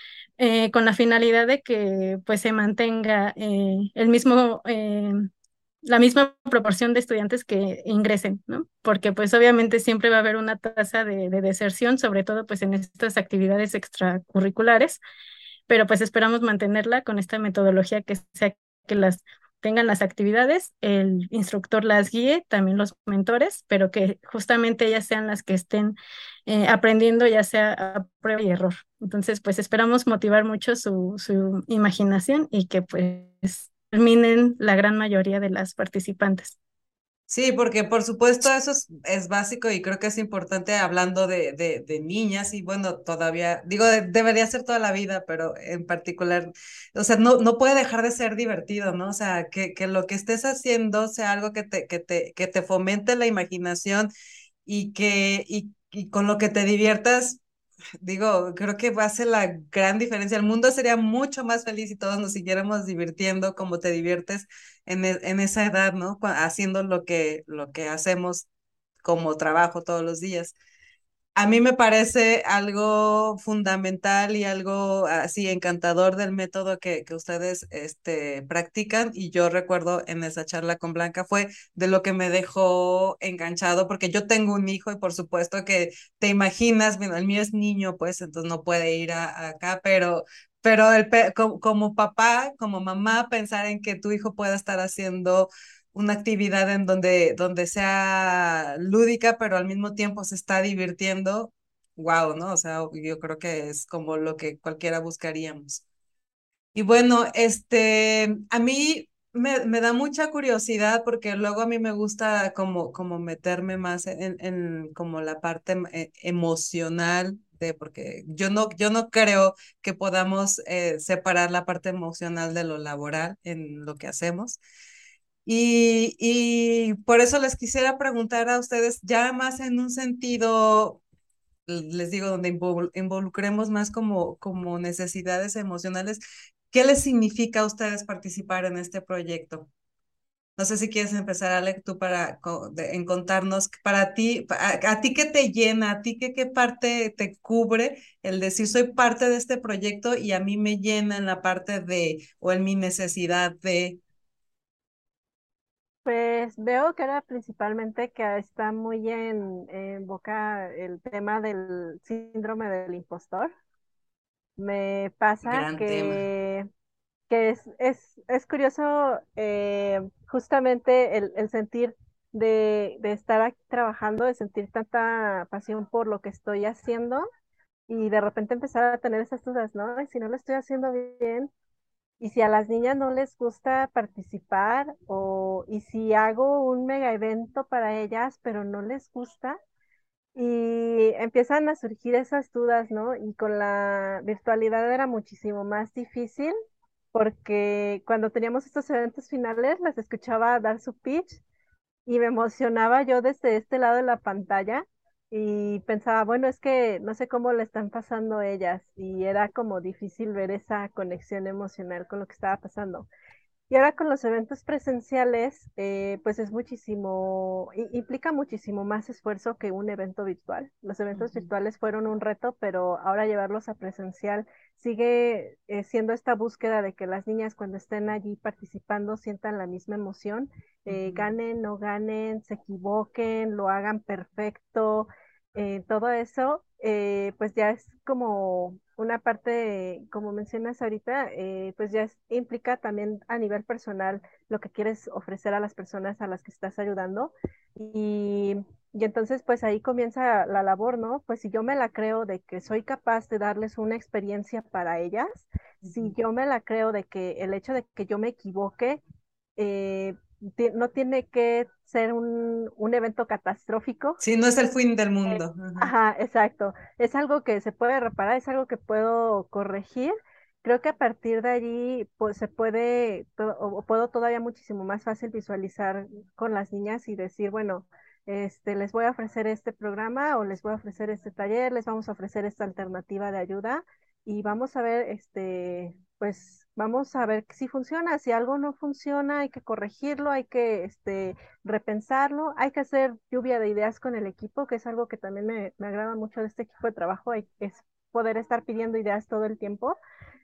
eh, con la finalidad de que pues se mantenga eh, el mismo, eh, la misma proporción de estudiantes que ingresen, ¿no? Porque pues obviamente siempre va a haber una tasa de, de deserción, sobre todo pues en estas actividades extracurriculares, pero pues esperamos mantenerla con esta metodología que sea que las tengan las actividades, el instructor las guíe, también los mentores, pero que justamente ellas sean las que estén eh, aprendiendo ya sea a prueba y error. Entonces, pues esperamos motivar mucho su, su imaginación y que pues terminen la gran mayoría de las participantes. Sí, porque por supuesto eso es, es básico y creo que es importante hablando de, de, de niñas y bueno, todavía, digo, de- debería ser toda la vida, pero en particular, o sea, no, no puede dejar de ser divertido, ¿no? O sea, que, que lo que estés haciendo sea algo que te, que te, que te fomente la imaginación y que, y, y con lo que te diviertas. Digo, creo que va a ser la gran diferencia. El mundo sería mucho más feliz si todos nos siguiéramos divirtiendo como te diviertes en, e- en esa edad, ¿no? Cua- Haciendo lo que, lo que hacemos como trabajo todos los días. A mí me parece algo fundamental y algo así encantador del método que, que ustedes este, practican. Y yo recuerdo en esa charla con Blanca fue de lo que me dejó enganchado, porque yo tengo un hijo y por supuesto que te imaginas, bueno, el mío es niño, pues entonces no puede ir a, a acá, pero, pero el, pe- como, como papá, como mamá, pensar en que tu hijo pueda estar haciendo una actividad en donde, donde sea lúdica, pero al mismo tiempo se está divirtiendo, wow, ¿no? O sea, yo creo que es como lo que cualquiera buscaríamos. Y bueno, este, a mí me, me da mucha curiosidad porque luego a mí me gusta como, como meterme más en, en como la parte eh, emocional de, porque yo no, yo no creo que podamos eh, separar la parte emocional de lo laboral en lo que hacemos. Y, y por eso les quisiera preguntar a ustedes, ya más en un sentido, les digo, donde invol- involucremos más como, como necesidades emocionales, ¿qué les significa a ustedes participar en este proyecto? No sé si quieres empezar, Alec, tú para co- de- en contarnos, para ti, a, a ti qué te llena, a ti qué, qué parte te cubre el decir soy parte de este proyecto y a mí me llena en la parte de, o en mi necesidad de... Pues veo que ahora principalmente que está muy en, en boca el tema del síndrome del impostor. Me pasa Gran tema. que, que es, es, es curioso eh, justamente el, el sentir de, de estar aquí trabajando, de sentir tanta pasión por lo que estoy haciendo y de repente empezar a tener esas dudas, ¿no? Ay, si no lo estoy haciendo bien, y si a las niñas no les gusta participar, o y si hago un mega evento para ellas, pero no les gusta, y empiezan a surgir esas dudas, ¿no? Y con la virtualidad era muchísimo más difícil porque cuando teníamos estos eventos finales, las escuchaba dar su pitch y me emocionaba yo desde este lado de la pantalla y pensaba, bueno, es que no sé cómo le están pasando ellas y era como difícil ver esa conexión emocional con lo que estaba pasando. Y ahora con los eventos presenciales, eh, pues es muchísimo, i- implica muchísimo más esfuerzo que un evento virtual. Los eventos Ujú, virtuales fueron un reto, pero ahora llevarlos a presencial sigue eh, siendo esta búsqueda de que las niñas cuando estén allí participando sientan la misma emoción, eh, ujú. ganen, no ganen, se equivoquen, lo hagan perfecto, eh, todo eso, eh, pues ya es como una parte, como mencionas ahorita, eh, pues ya es- implica también a nivel personal lo que quieres ofrecer a las personas a las que estás ayudando. Y, y entonces, pues ahí comienza la labor, ¿no? Pues si yo me la creo de que soy capaz de darles una experiencia para ellas, si Ujú. yo me la creo de que el hecho de que yo me equivoque, eh, ti- no tiene que ser un, un evento catastrófico. Sí, no es el fin del mundo. Ajá. Ajá, exacto. Es algo que se puede reparar, es algo que puedo corregir. Creo que a partir de allí pues se puede to- o o puedo todavía muchísimo más fácil visualizar con las niñas y decir, bueno, este les voy a ofrecer este programa o les voy a ofrecer este taller, les vamos a ofrecer esta alternativa de ayuda y vamos a ver este pues vamos a ver si funciona, si algo no funciona, hay que corregirlo, hay que este repensarlo, hay que hacer lluvia de ideas con el equipo, que es algo que también me, me agrada mucho de este equipo de trabajo, hay- es poder estar pidiendo ideas todo el tiempo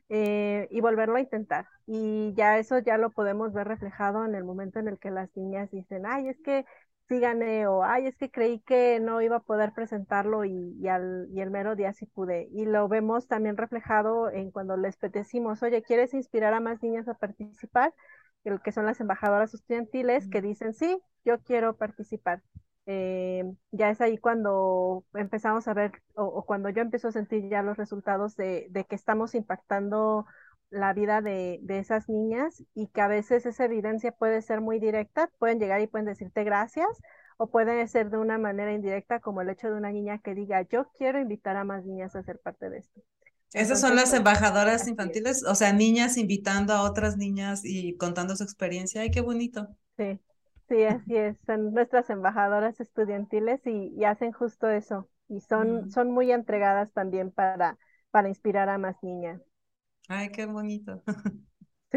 eh, y volverlo a intentar. Y ya eso ya lo podemos ver reflejado en el momento en el que las niñas dicen, ay, es que sí gané, o ay, es que creí que no iba a poder presentarlo y, y al, y el mero día sí pude. Y lo vemos también reflejado en cuando les decimos, oye, ¿quieres inspirar a más niñas a participar? El que son las embajadoras estudiantiles que dicen, sí, yo quiero participar. Eh, ya es ahí cuando empezamos a ver o, o cuando yo empiezo a sentir ya los resultados de, de que estamos impactando la vida de, de esas niñas y que a veces esa evidencia puede ser muy directa, pueden llegar y pueden decirte gracias o puede ser de una manera indirecta como el hecho de una niña que diga yo quiero invitar a más niñas a ser parte de esto. Esas son Entonces, las pues embajadoras así es. infantiles, o sea, niñas invitando a otras niñas y contando su experiencia. Ay, qué bonito. Sí, sí, así es. Son nuestras embajadoras estudiantiles y, y hacen justo eso. Y son, Ujú. son muy entregadas también para, para inspirar a más niñas. Ay, qué bonito. Sí,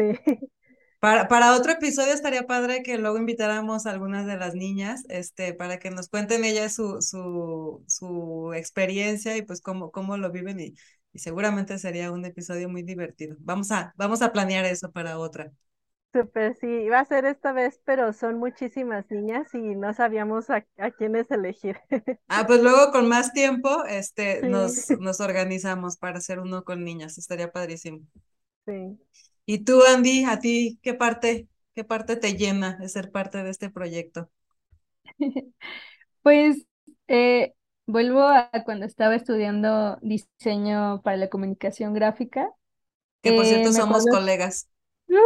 Para, para otro episodio estaría padre que luego invitáramos a algunas de las niñas, este, para que nos cuenten ellas su, su, su experiencia y pues cómo, cómo lo viven y, y seguramente sería un episodio muy divertido. Vamos a, vamos a planear eso para otra. súper, sí. Va a ser esta vez, pero son muchísimas niñas y no sabíamos a, a quiénes elegir. Ah, pues luego con más tiempo, este, Sí, nos, nos organizamos para hacer uno con niñas. Estaría padrísimo. sí. Y tú, Andy, ¿a ti qué parte, qué parte te llena de ser parte de este proyecto? Pues eh, vuelvo a cuando estaba estudiando diseño para la comunicación gráfica. Que por Eh, cierto me somos acuerdo. colegas. ¡Uh!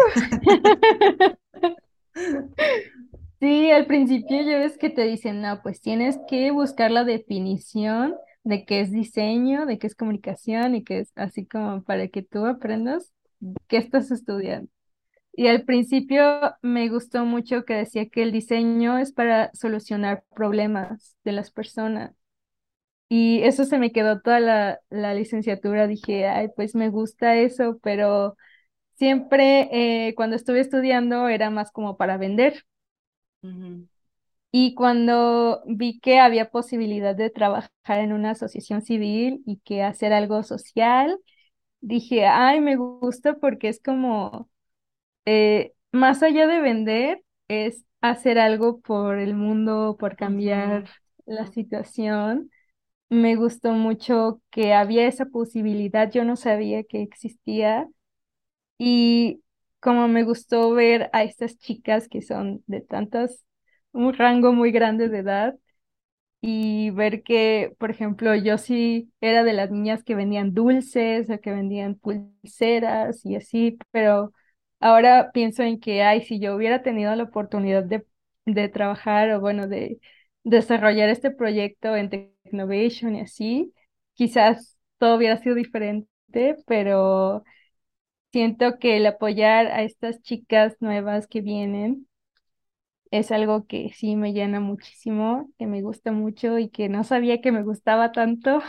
Sí, al principio ya ves que te dicen, no, pues tienes que buscar la definición de qué es diseño, de qué es comunicación y qué es así como para que tú aprendas qué estás estudiando. Y al principio me gustó mucho que decía que el diseño es para solucionar problemas de las personas. Y eso se me quedó toda la, la licenciatura. Dije, ay, pues me gusta eso, pero siempre eh, cuando estuve estudiando era más como para vender. Ujú, Y cuando vi que había posibilidad de trabajar en una asociación civil y que hacer algo social, dije, ay, me gusta porque es como, eh, más allá de vender, es hacer algo por el mundo, por cambiar Ujú. la situación. Me gustó mucho que había esa posibilidad, yo no sabía que existía y como me gustó ver a estas chicas que son de tantas, un rango muy grande de edad y ver que, por ejemplo, yo sí era de las niñas que vendían dulces o que vendían pulseras y así, pero ahora pienso en que, ay, si yo hubiera tenido la oportunidad de, de trabajar o bueno, de desarrollar este proyecto en Technovation y así, quizás todo hubiera sido diferente, pero siento que el apoyar a estas chicas nuevas que vienen es algo que sí me llena muchísimo, que me gusta mucho y que no sabía que me gustaba tanto.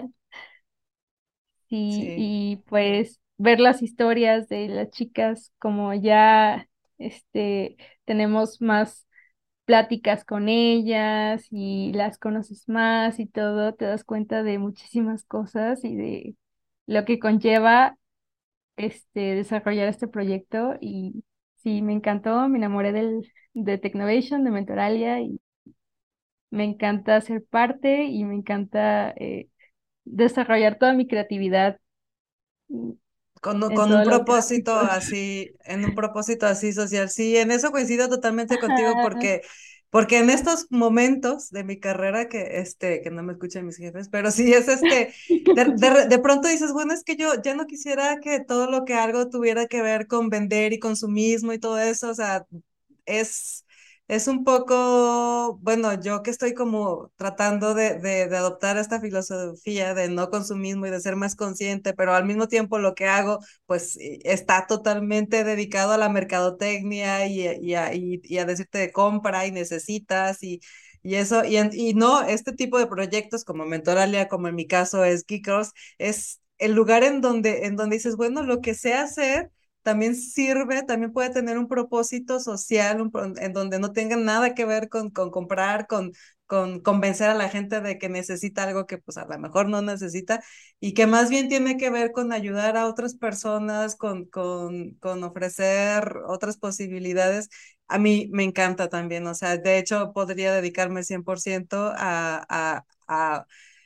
Sí, Sí. y pues ver las historias de las chicas, como ya este tenemos más pláticas con ellas y las conoces más y todo, te das cuenta de muchísimas cosas y de lo que conlleva este desarrollar este proyecto y sí, me encantó, me enamoré del de Technovation, de Mentoralia y me encanta ser parte y me encanta eh, desarrollar toda mi creatividad mm, Con, un- en con un todo lo propósito gráfico. así, en un propósito así social. Sí, en eso coincido totalmente contigo Ajá. porque, porque en estos momentos de mi carrera, que, este, que no me escuchen mis jefes, pero sí es este, de, de, de pronto dices, bueno, es que yo ya no quisiera que todo lo que hago tuviera que ver con vender y consumismo y todo eso, o sea, es... Es un poco, bueno, yo que estoy como tratando de, de, de adoptar esta filosofía de no consumismo y de ser más consciente, pero al mismo tiempo lo que hago pues eh, está totalmente dedicado a la mercadotecnia y, y, a, y, y a decirte de compra y necesitas y, y eso, y, en- y no, este tipo de proyectos como Mentoralia, como en mi caso es Geekers, es el lugar en donde, en donde dices, bueno, lo que sé hacer también sirve, también puede tener un propósito social, un pro- en donde no tenga nada que ver con, con comprar, con, con convencer a la gente de que necesita algo que pues a lo mejor no necesita y que más bien tiene que ver con ayudar a otras personas, con, con, con ofrecer otras posibilidades. A mí me encanta también, o sea, de hecho podría dedicarme cien por ciento a, a, a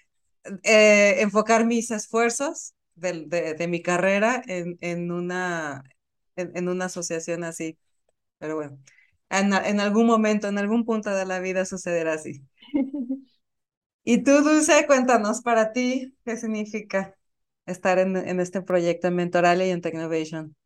eh, enfocar mis esfuerzos de, de, de mi carrera en, en una, en, en, una asociación así. Pero bueno, en, en, algún momento, en algún punto de la vida sucederá así. Y tú, Dulce, cuéntanos para ti qué significa estar en, en este proyecto en Mentoralia y en Technovation.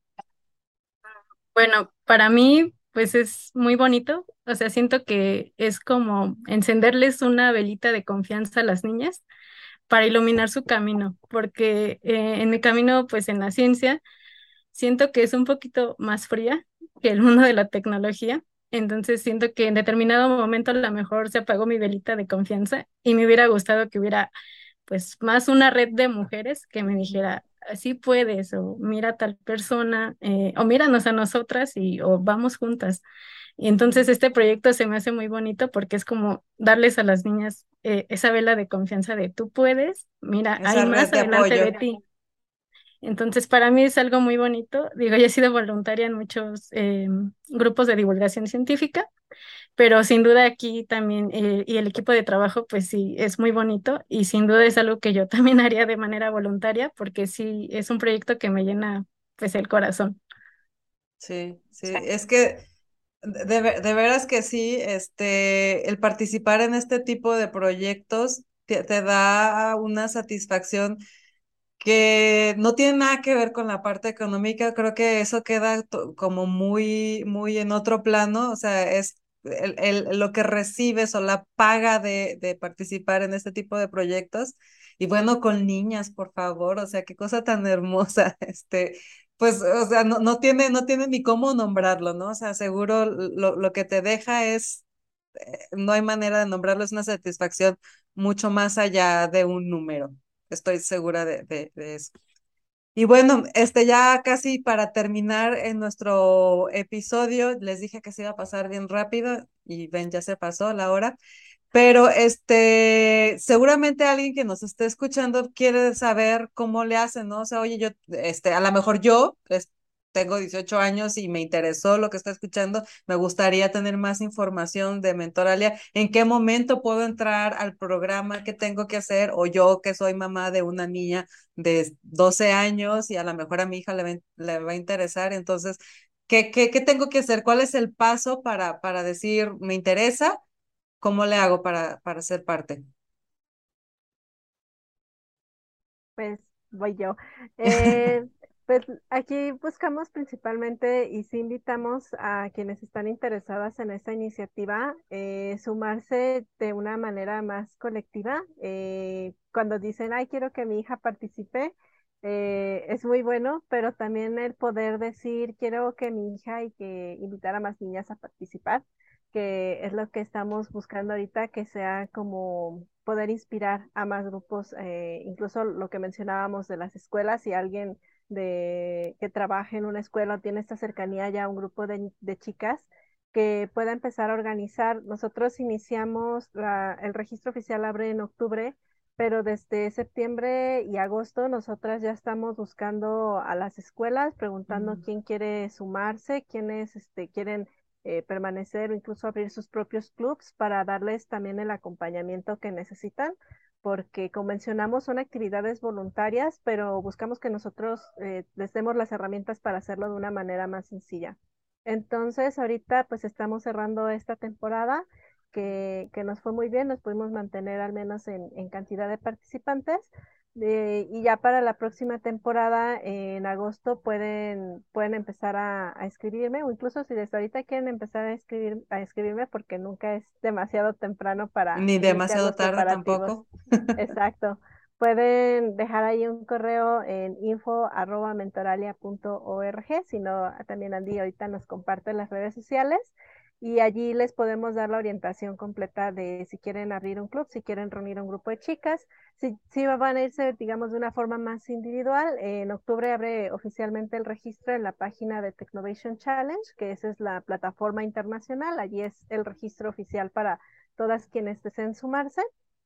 Bueno, para mí, pues es muy bonito. O sea, siento que es como encenderles una velita de confianza a las niñas para iluminar su camino, porque eh, en mi camino, pues en la ciencia, siento que es un poquito más fría que el mundo de la tecnología. Entonces siento que en determinado momento a lo mejor se apagó mi velita de confianza y me hubiera gustado que hubiera pues más una red de mujeres que me dijera, así puedes, o mira a tal persona, eh, o míranos a nosotras y o vamos juntas. Y entonces este proyecto se me hace muy bonito porque es como darles a las niñas eh, esa vela de confianza de tú puedes, mira, hay Esa red más de adelante apoyo. de ti. Entonces, para mí es algo muy bonito. Digo, yo he sido voluntaria en muchos eh, grupos de divulgación científica, pero sin duda aquí también, eh, y el equipo de trabajo, pues sí, es muy bonito y sin duda es algo que yo también haría de manera voluntaria porque sí, es un proyecto que me llena pues el corazón. Sí, sí, es que de, ve- de veras que sí, este, el participar en este tipo de proyectos te, te da una satisfacción que no tiene nada que ver con la parte económica, creo que eso queda to- como muy, muy en otro plano, o sea, es el, el- lo que recibes o la paga de, de participar en este tipo de proyectos. Y bueno, con niñas, por favor, o sea, qué cosa tan hermosa, este, pues, o sea, no, no tiene, no tiene ni cómo nombrarlo, ¿no? O sea, seguro lo, lo que te deja es, no hay manera de nombrarlo, es una satisfacción mucho más allá de un número. Estoy segura de, de, de eso. Y bueno, este ya casi para terminar en nuestro episodio, les dije que se iba a pasar bien rápido y ven, ya se pasó la hora, pero este, seguramente alguien que nos esté escuchando quiere saber cómo le hacen, ¿no? O sea, oye, yo, este, a lo mejor yo, tengo dieciocho años y me interesó lo que está escuchando, me gustaría tener más información de Mentoralia. ¿En qué momento puedo entrar al programa? ¿Qué tengo que hacer? O yo que soy mamá de una niña de doce años y a lo mejor a mi hija le va, le va a interesar. Entonces, ¿qué, qué, qué tengo que hacer? ¿Cuál es el paso para, para decir, me interesa? ¿Cómo le hago para, para ser parte? Pues voy yo. Eh, pues aquí buscamos principalmente y sí invitamos a quienes están interesadas en esta iniciativa eh, sumarse de una manera más colectiva. Eh, cuando dicen, ay, quiero que mi hija participe, eh, es muy bueno, pero también el poder decir, quiero que mi hija y que invitar a más niñas a participar, que es lo que estamos buscando ahorita, que sea como poder inspirar a más grupos, eh, incluso lo que mencionábamos de las escuelas, si alguien de, que trabaja en una escuela o tiene esta cercanía ya a un grupo de, de chicas, que pueda empezar a organizar. Nosotros iniciamos, la- el registro oficial abre en octubre, pero desde septiembre y agosto nosotras ya estamos buscando a las escuelas, preguntando Mm. quién quiere sumarse, quiénes este, quieren eh, permanecer o incluso abrir sus propios clubs para darles también el acompañamiento que necesitan, porque como mencionamos son actividades voluntarias, pero buscamos que nosotros eh, les demos las herramientas para hacerlo de una manera más sencilla. Entonces, ahorita pues estamos cerrando esta temporada que, que nos fue muy bien, nos pudimos mantener al menos en, en cantidad de participantes. Eh, y ya para la próxima temporada, eh, en agosto, pueden, pueden empezar a, a escribirme, o incluso si desde ahorita quieren empezar a escribir, a escribirme, porque nunca es demasiado temprano para Ni iniciar demasiado los tarde preparativos. tampoco. Exacto. Pueden dejar ahí un correo en info arroba mentoralia punto org, si no, también Andy ahorita nos comparte las redes sociales y allí les podemos dar la orientación completa de si quieren abrir un club, si quieren reunir un grupo de chicas, si, si van a irse, digamos, de una forma más individual. En octubre abre oficialmente el registro en la página de Technovation Challenge, que esa es la plataforma internacional, allí es el registro oficial para todas quienes deseen sumarse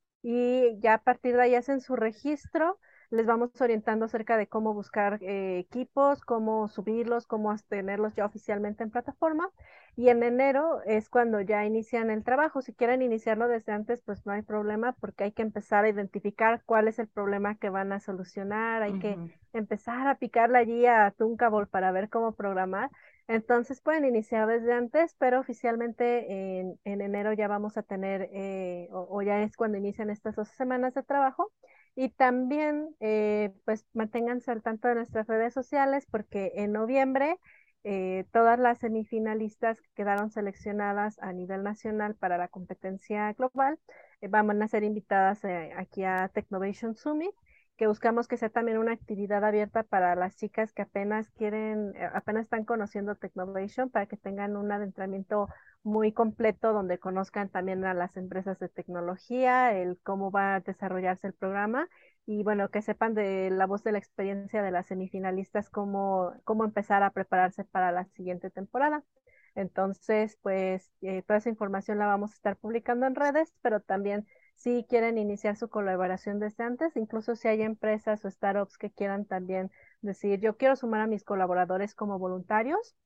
y ya a partir de ahí hacen su registro, les vamos orientando acerca de cómo buscar eh, equipos, cómo subirlos, cómo tenerlos ya oficialmente en plataforma. Y en enero es cuando ya inician el trabajo. Si quieren iniciarlo desde antes, pues no hay problema porque hay que empezar a identificar cuál es el problema que van a solucionar, hay que Ujú. empezar a picarle allí a Tunkable para ver cómo programar. Entonces pueden iniciar desde antes, pero oficialmente en, en enero ya vamos a tener, eh, o, o ya es cuando inician estas dos semanas de trabajo. Y también, eh, pues manténganse al tanto de nuestras redes sociales porque en noviembre eh, todas las semifinalistas que quedaron seleccionadas a nivel nacional para la competencia global eh, van a ser invitadas eh, aquí a Technovation Summit, que buscamos que sea también una actividad abierta para las chicas que apenas quieren, eh, apenas están conociendo Technovation, para que tengan un adentramiento muy completo donde conozcan también a las empresas de tecnología, el cómo va a desarrollarse el programa y bueno, que sepan de la voz de la experiencia de las semifinalistas, cómo, cómo empezar a prepararse para la siguiente temporada. Entonces, pues eh, toda esa información la vamos a estar publicando en redes, pero también si quieren iniciar su colaboración desde antes, incluso si hay empresas o startups que quieran también decir, yo quiero sumar a mis colaboradores como voluntarios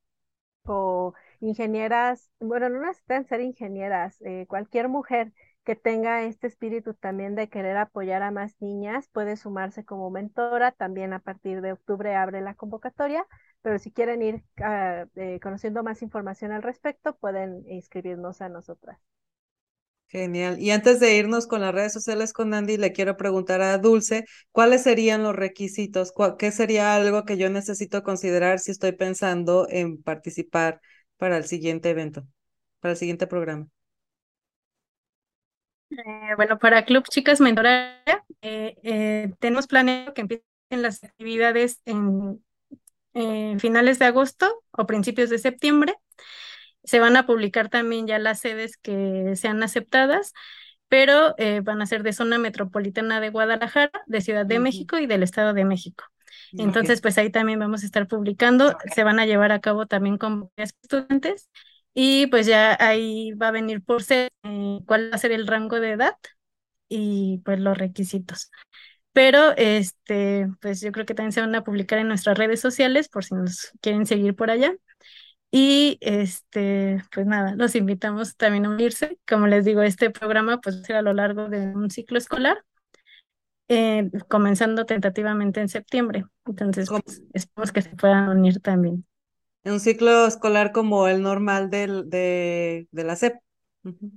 o ingenieras, bueno, no necesitan ser ingenieras, eh, cualquier mujer que tenga este espíritu también de querer apoyar a más niñas puede sumarse como mentora. También a partir de octubre abre la convocatoria, pero si quieren ir uh, eh, conociendo más información al respecto, pueden inscribirnos a nosotras. Genial. Y antes de irnos con las redes sociales con Andy, le quiero preguntar a Dulce, ¿cuáles serían los requisitos? ¿Qué sería algo que yo necesito considerar si estoy pensando en participar para el siguiente evento, para el siguiente programa? Eh, bueno, para Club Chicas Mentoralia, eh, eh, tenemos planeado que empiecen las actividades en eh, finales de agosto o principios de septiembre. Se van a publicar también ya las sedes que sean aceptadas, pero eh, van a ser de zona metropolitana de Guadalajara, de Ciudad de Ujú. México y del Estado de México. Ok, Entonces, pues ahí también vamos a estar publicando, se van a llevar a cabo también con estudiantes y pues ya ahí va a venir por ser eh, cuál va a ser el rango de edad y pues los requisitos. pero este, pues yo creo que también se van a publicar en nuestras redes sociales por si nos quieren seguir por allá. Y este, pues nada, los invitamos también a unirse. Como les digo, este programa pues será a lo largo de un ciclo escolar, eh, comenzando tentativamente en septiembre. Entonces, Como pues esperamos que se puedan unir también. en un ciclo escolar como el normal del, de, de la S E P. Ujú.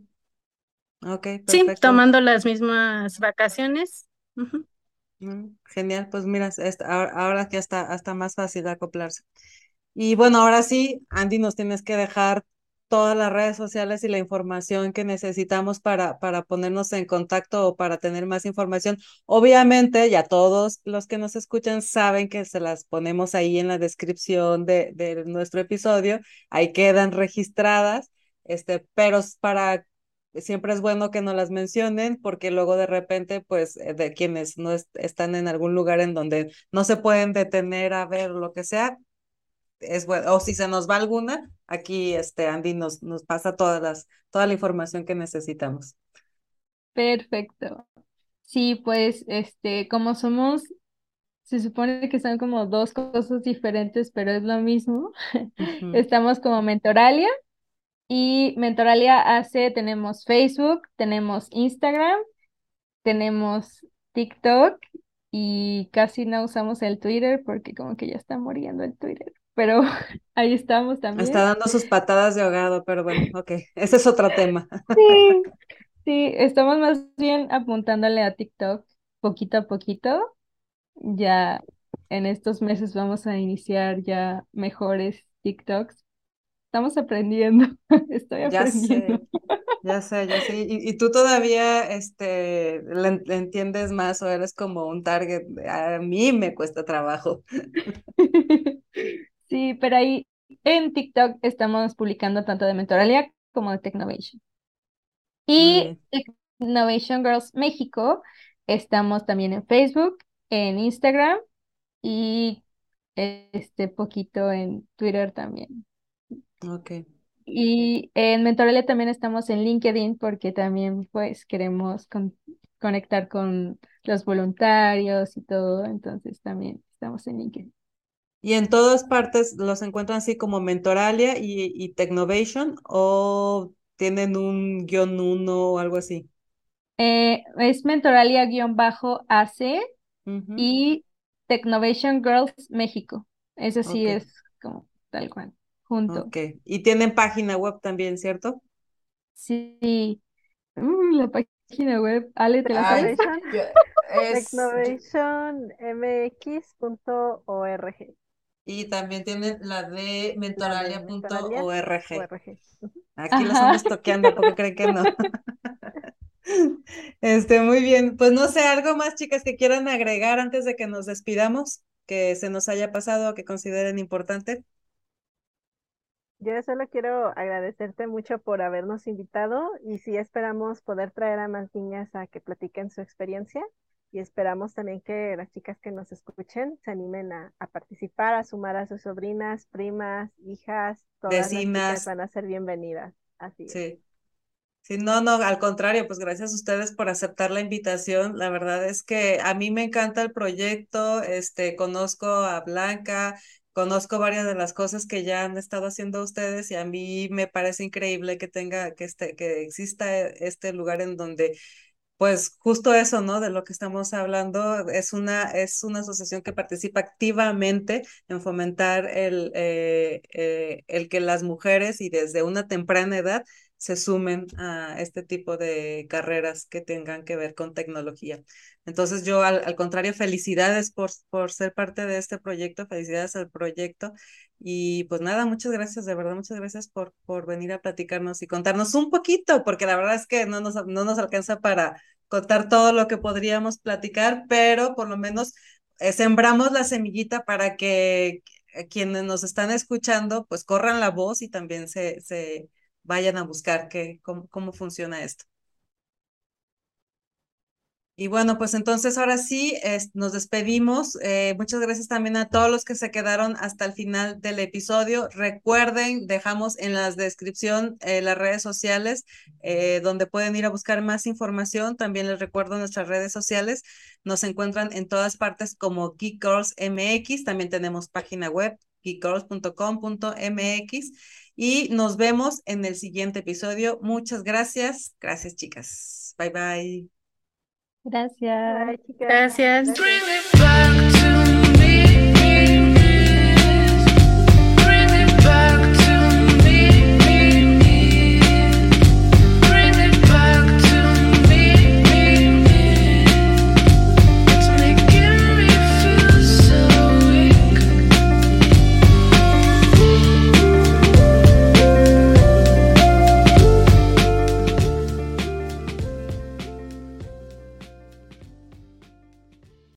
Ok, Sí, perfecto. tomando las mismas vacaciones. Ujú. Mm, genial, pues mira, es- ahora, ahora ya está hasta más fácil acoplarse. Y bueno, ahora sí, Andy, nos tienes que dejar todas las redes sociales y la información que necesitamos para, para ponernos en contacto o para tener más información. Obviamente, ya todos los que nos escuchan saben que se las ponemos ahí en la descripción de, de nuestro episodio, ahí quedan registradas, este, pero es para siempre es bueno que no las mencionen porque luego de repente, pues, eh, de quienes no est- están en algún lugar en donde no se pueden detener a ver lo que sea, es bueno, o si se nos va alguna, aquí este Andy nos, nos pasa todas las, toda la información que necesitamos. Perfecto. Sí, pues, este, como somos, se supone que son como dos cosas diferentes, pero es lo mismo. Ujú. Estamos como Mentoralia y Mentoralia hace, tenemos Facebook, tenemos Instagram, tenemos TikTok y casi no usamos el Twitter porque como que ya está muriendo el Twitter, pero ahí estamos Está también. dando sus patadas de ahogado, pero bueno, ok, ese es otro tema. Sí, sí, estamos más bien apuntándole a TikTok poquito a poquito. Ya en estos meses vamos a iniciar ya mejores TikToks. Estamos aprendiendo, estoy Ya aprendiendo. sé, ya sé, ya sé. ¿Y, y tú todavía este, le, en- le entiendes más o eres como un target? A mí me cuesta trabajo. Sí, pero ahí en TikTok estamos publicando tanto de Mentoralia como de Technovation. Muy Y bien. Technovation Girls México, estamos también en Facebook, en Instagram y este poquito en Twitter también. Ok. Y en Mentoralia también estamos en LinkedIn porque también pues queremos con- conectar con los voluntarios y todo, entonces también estamos en LinkedIn. ¿Y en todas partes los encuentran así como Mentoralia y, y Technovation o tienen un guión uno o algo así? Eh, es Mentoralia-A C Ujú. y Technovation Girls México. Eso sí Ok, es como tal cual, junto. ok. Y tienen página web también, ¿cierto? Sí, mm, la página web, Ale, ¿te la sabes? Ay, Technovation, yo, es, yo- technovation m x punto org, y también tienen la de la de mentoralia punto Mentораlia org. org. Aquí los Ajá. ando toqueando, ¿a poco creen que no? Este, muy bien. Pues no sé, algo más, chicas, que quieran agregar antes de que nos despidamos, que se nos haya pasado o que consideren importante. Yo solo quiero agradecerte mucho por habernos invitado y sí esperamos poder traer a más niñas a que platiquen su experiencia y esperamos también que las chicas que nos escuchen se animen a, a participar, a sumar a sus sobrinas, primas, hijas, todas las chicas Vecinas, van a ser bienvenidas. Así es. sí. Sí, no, no, al contrario, pues gracias a ustedes por aceptar la invitación. La verdad es que a mí me encanta el proyecto, este, conozco a Blanca, conozco varias de las cosas que ya han estado haciendo ustedes y a mí me parece increíble que tenga, que este, que exista este lugar en donde pues justo eso, ¿no? De lo que estamos hablando, es una, es una asociación que participa activamente en fomentar el, eh, eh, el que las mujeres y desde una temprana edad se sumen a este tipo de carreras que tengan que ver con tecnología. Entonces yo, al, al contrario, felicidades por, por ser parte de este proyecto, felicidades al proyecto. Y pues nada, muchas gracias, de verdad, muchas gracias por, por venir a platicarnos y contarnos un poquito, porque la verdad es que no nos, no nos alcanza para contar todo lo que podríamos platicar, pero por lo menos eh, sembramos la semillita para que eh, quienes nos están escuchando, pues corran la voz y también se, se vayan a buscar que, cómo, cómo funciona esto. Y bueno, pues entonces ahora sí es, nos despedimos. Eh, muchas gracias también a todos los que se quedaron hasta el final del episodio. Recuerden, dejamos en la descripción eh, las redes sociales eh, donde pueden ir a buscar más información. También les recuerdo nuestras redes sociales. Nos encuentran en todas partes como Geek Girls M X. También tenemos página web geek girls punto com punto m x. Y nos vemos en el siguiente episodio. Muchas gracias. Gracias, chicas. Bye, bye. Gracias. Ay, chicas, Gracias. gracias. Bring it back to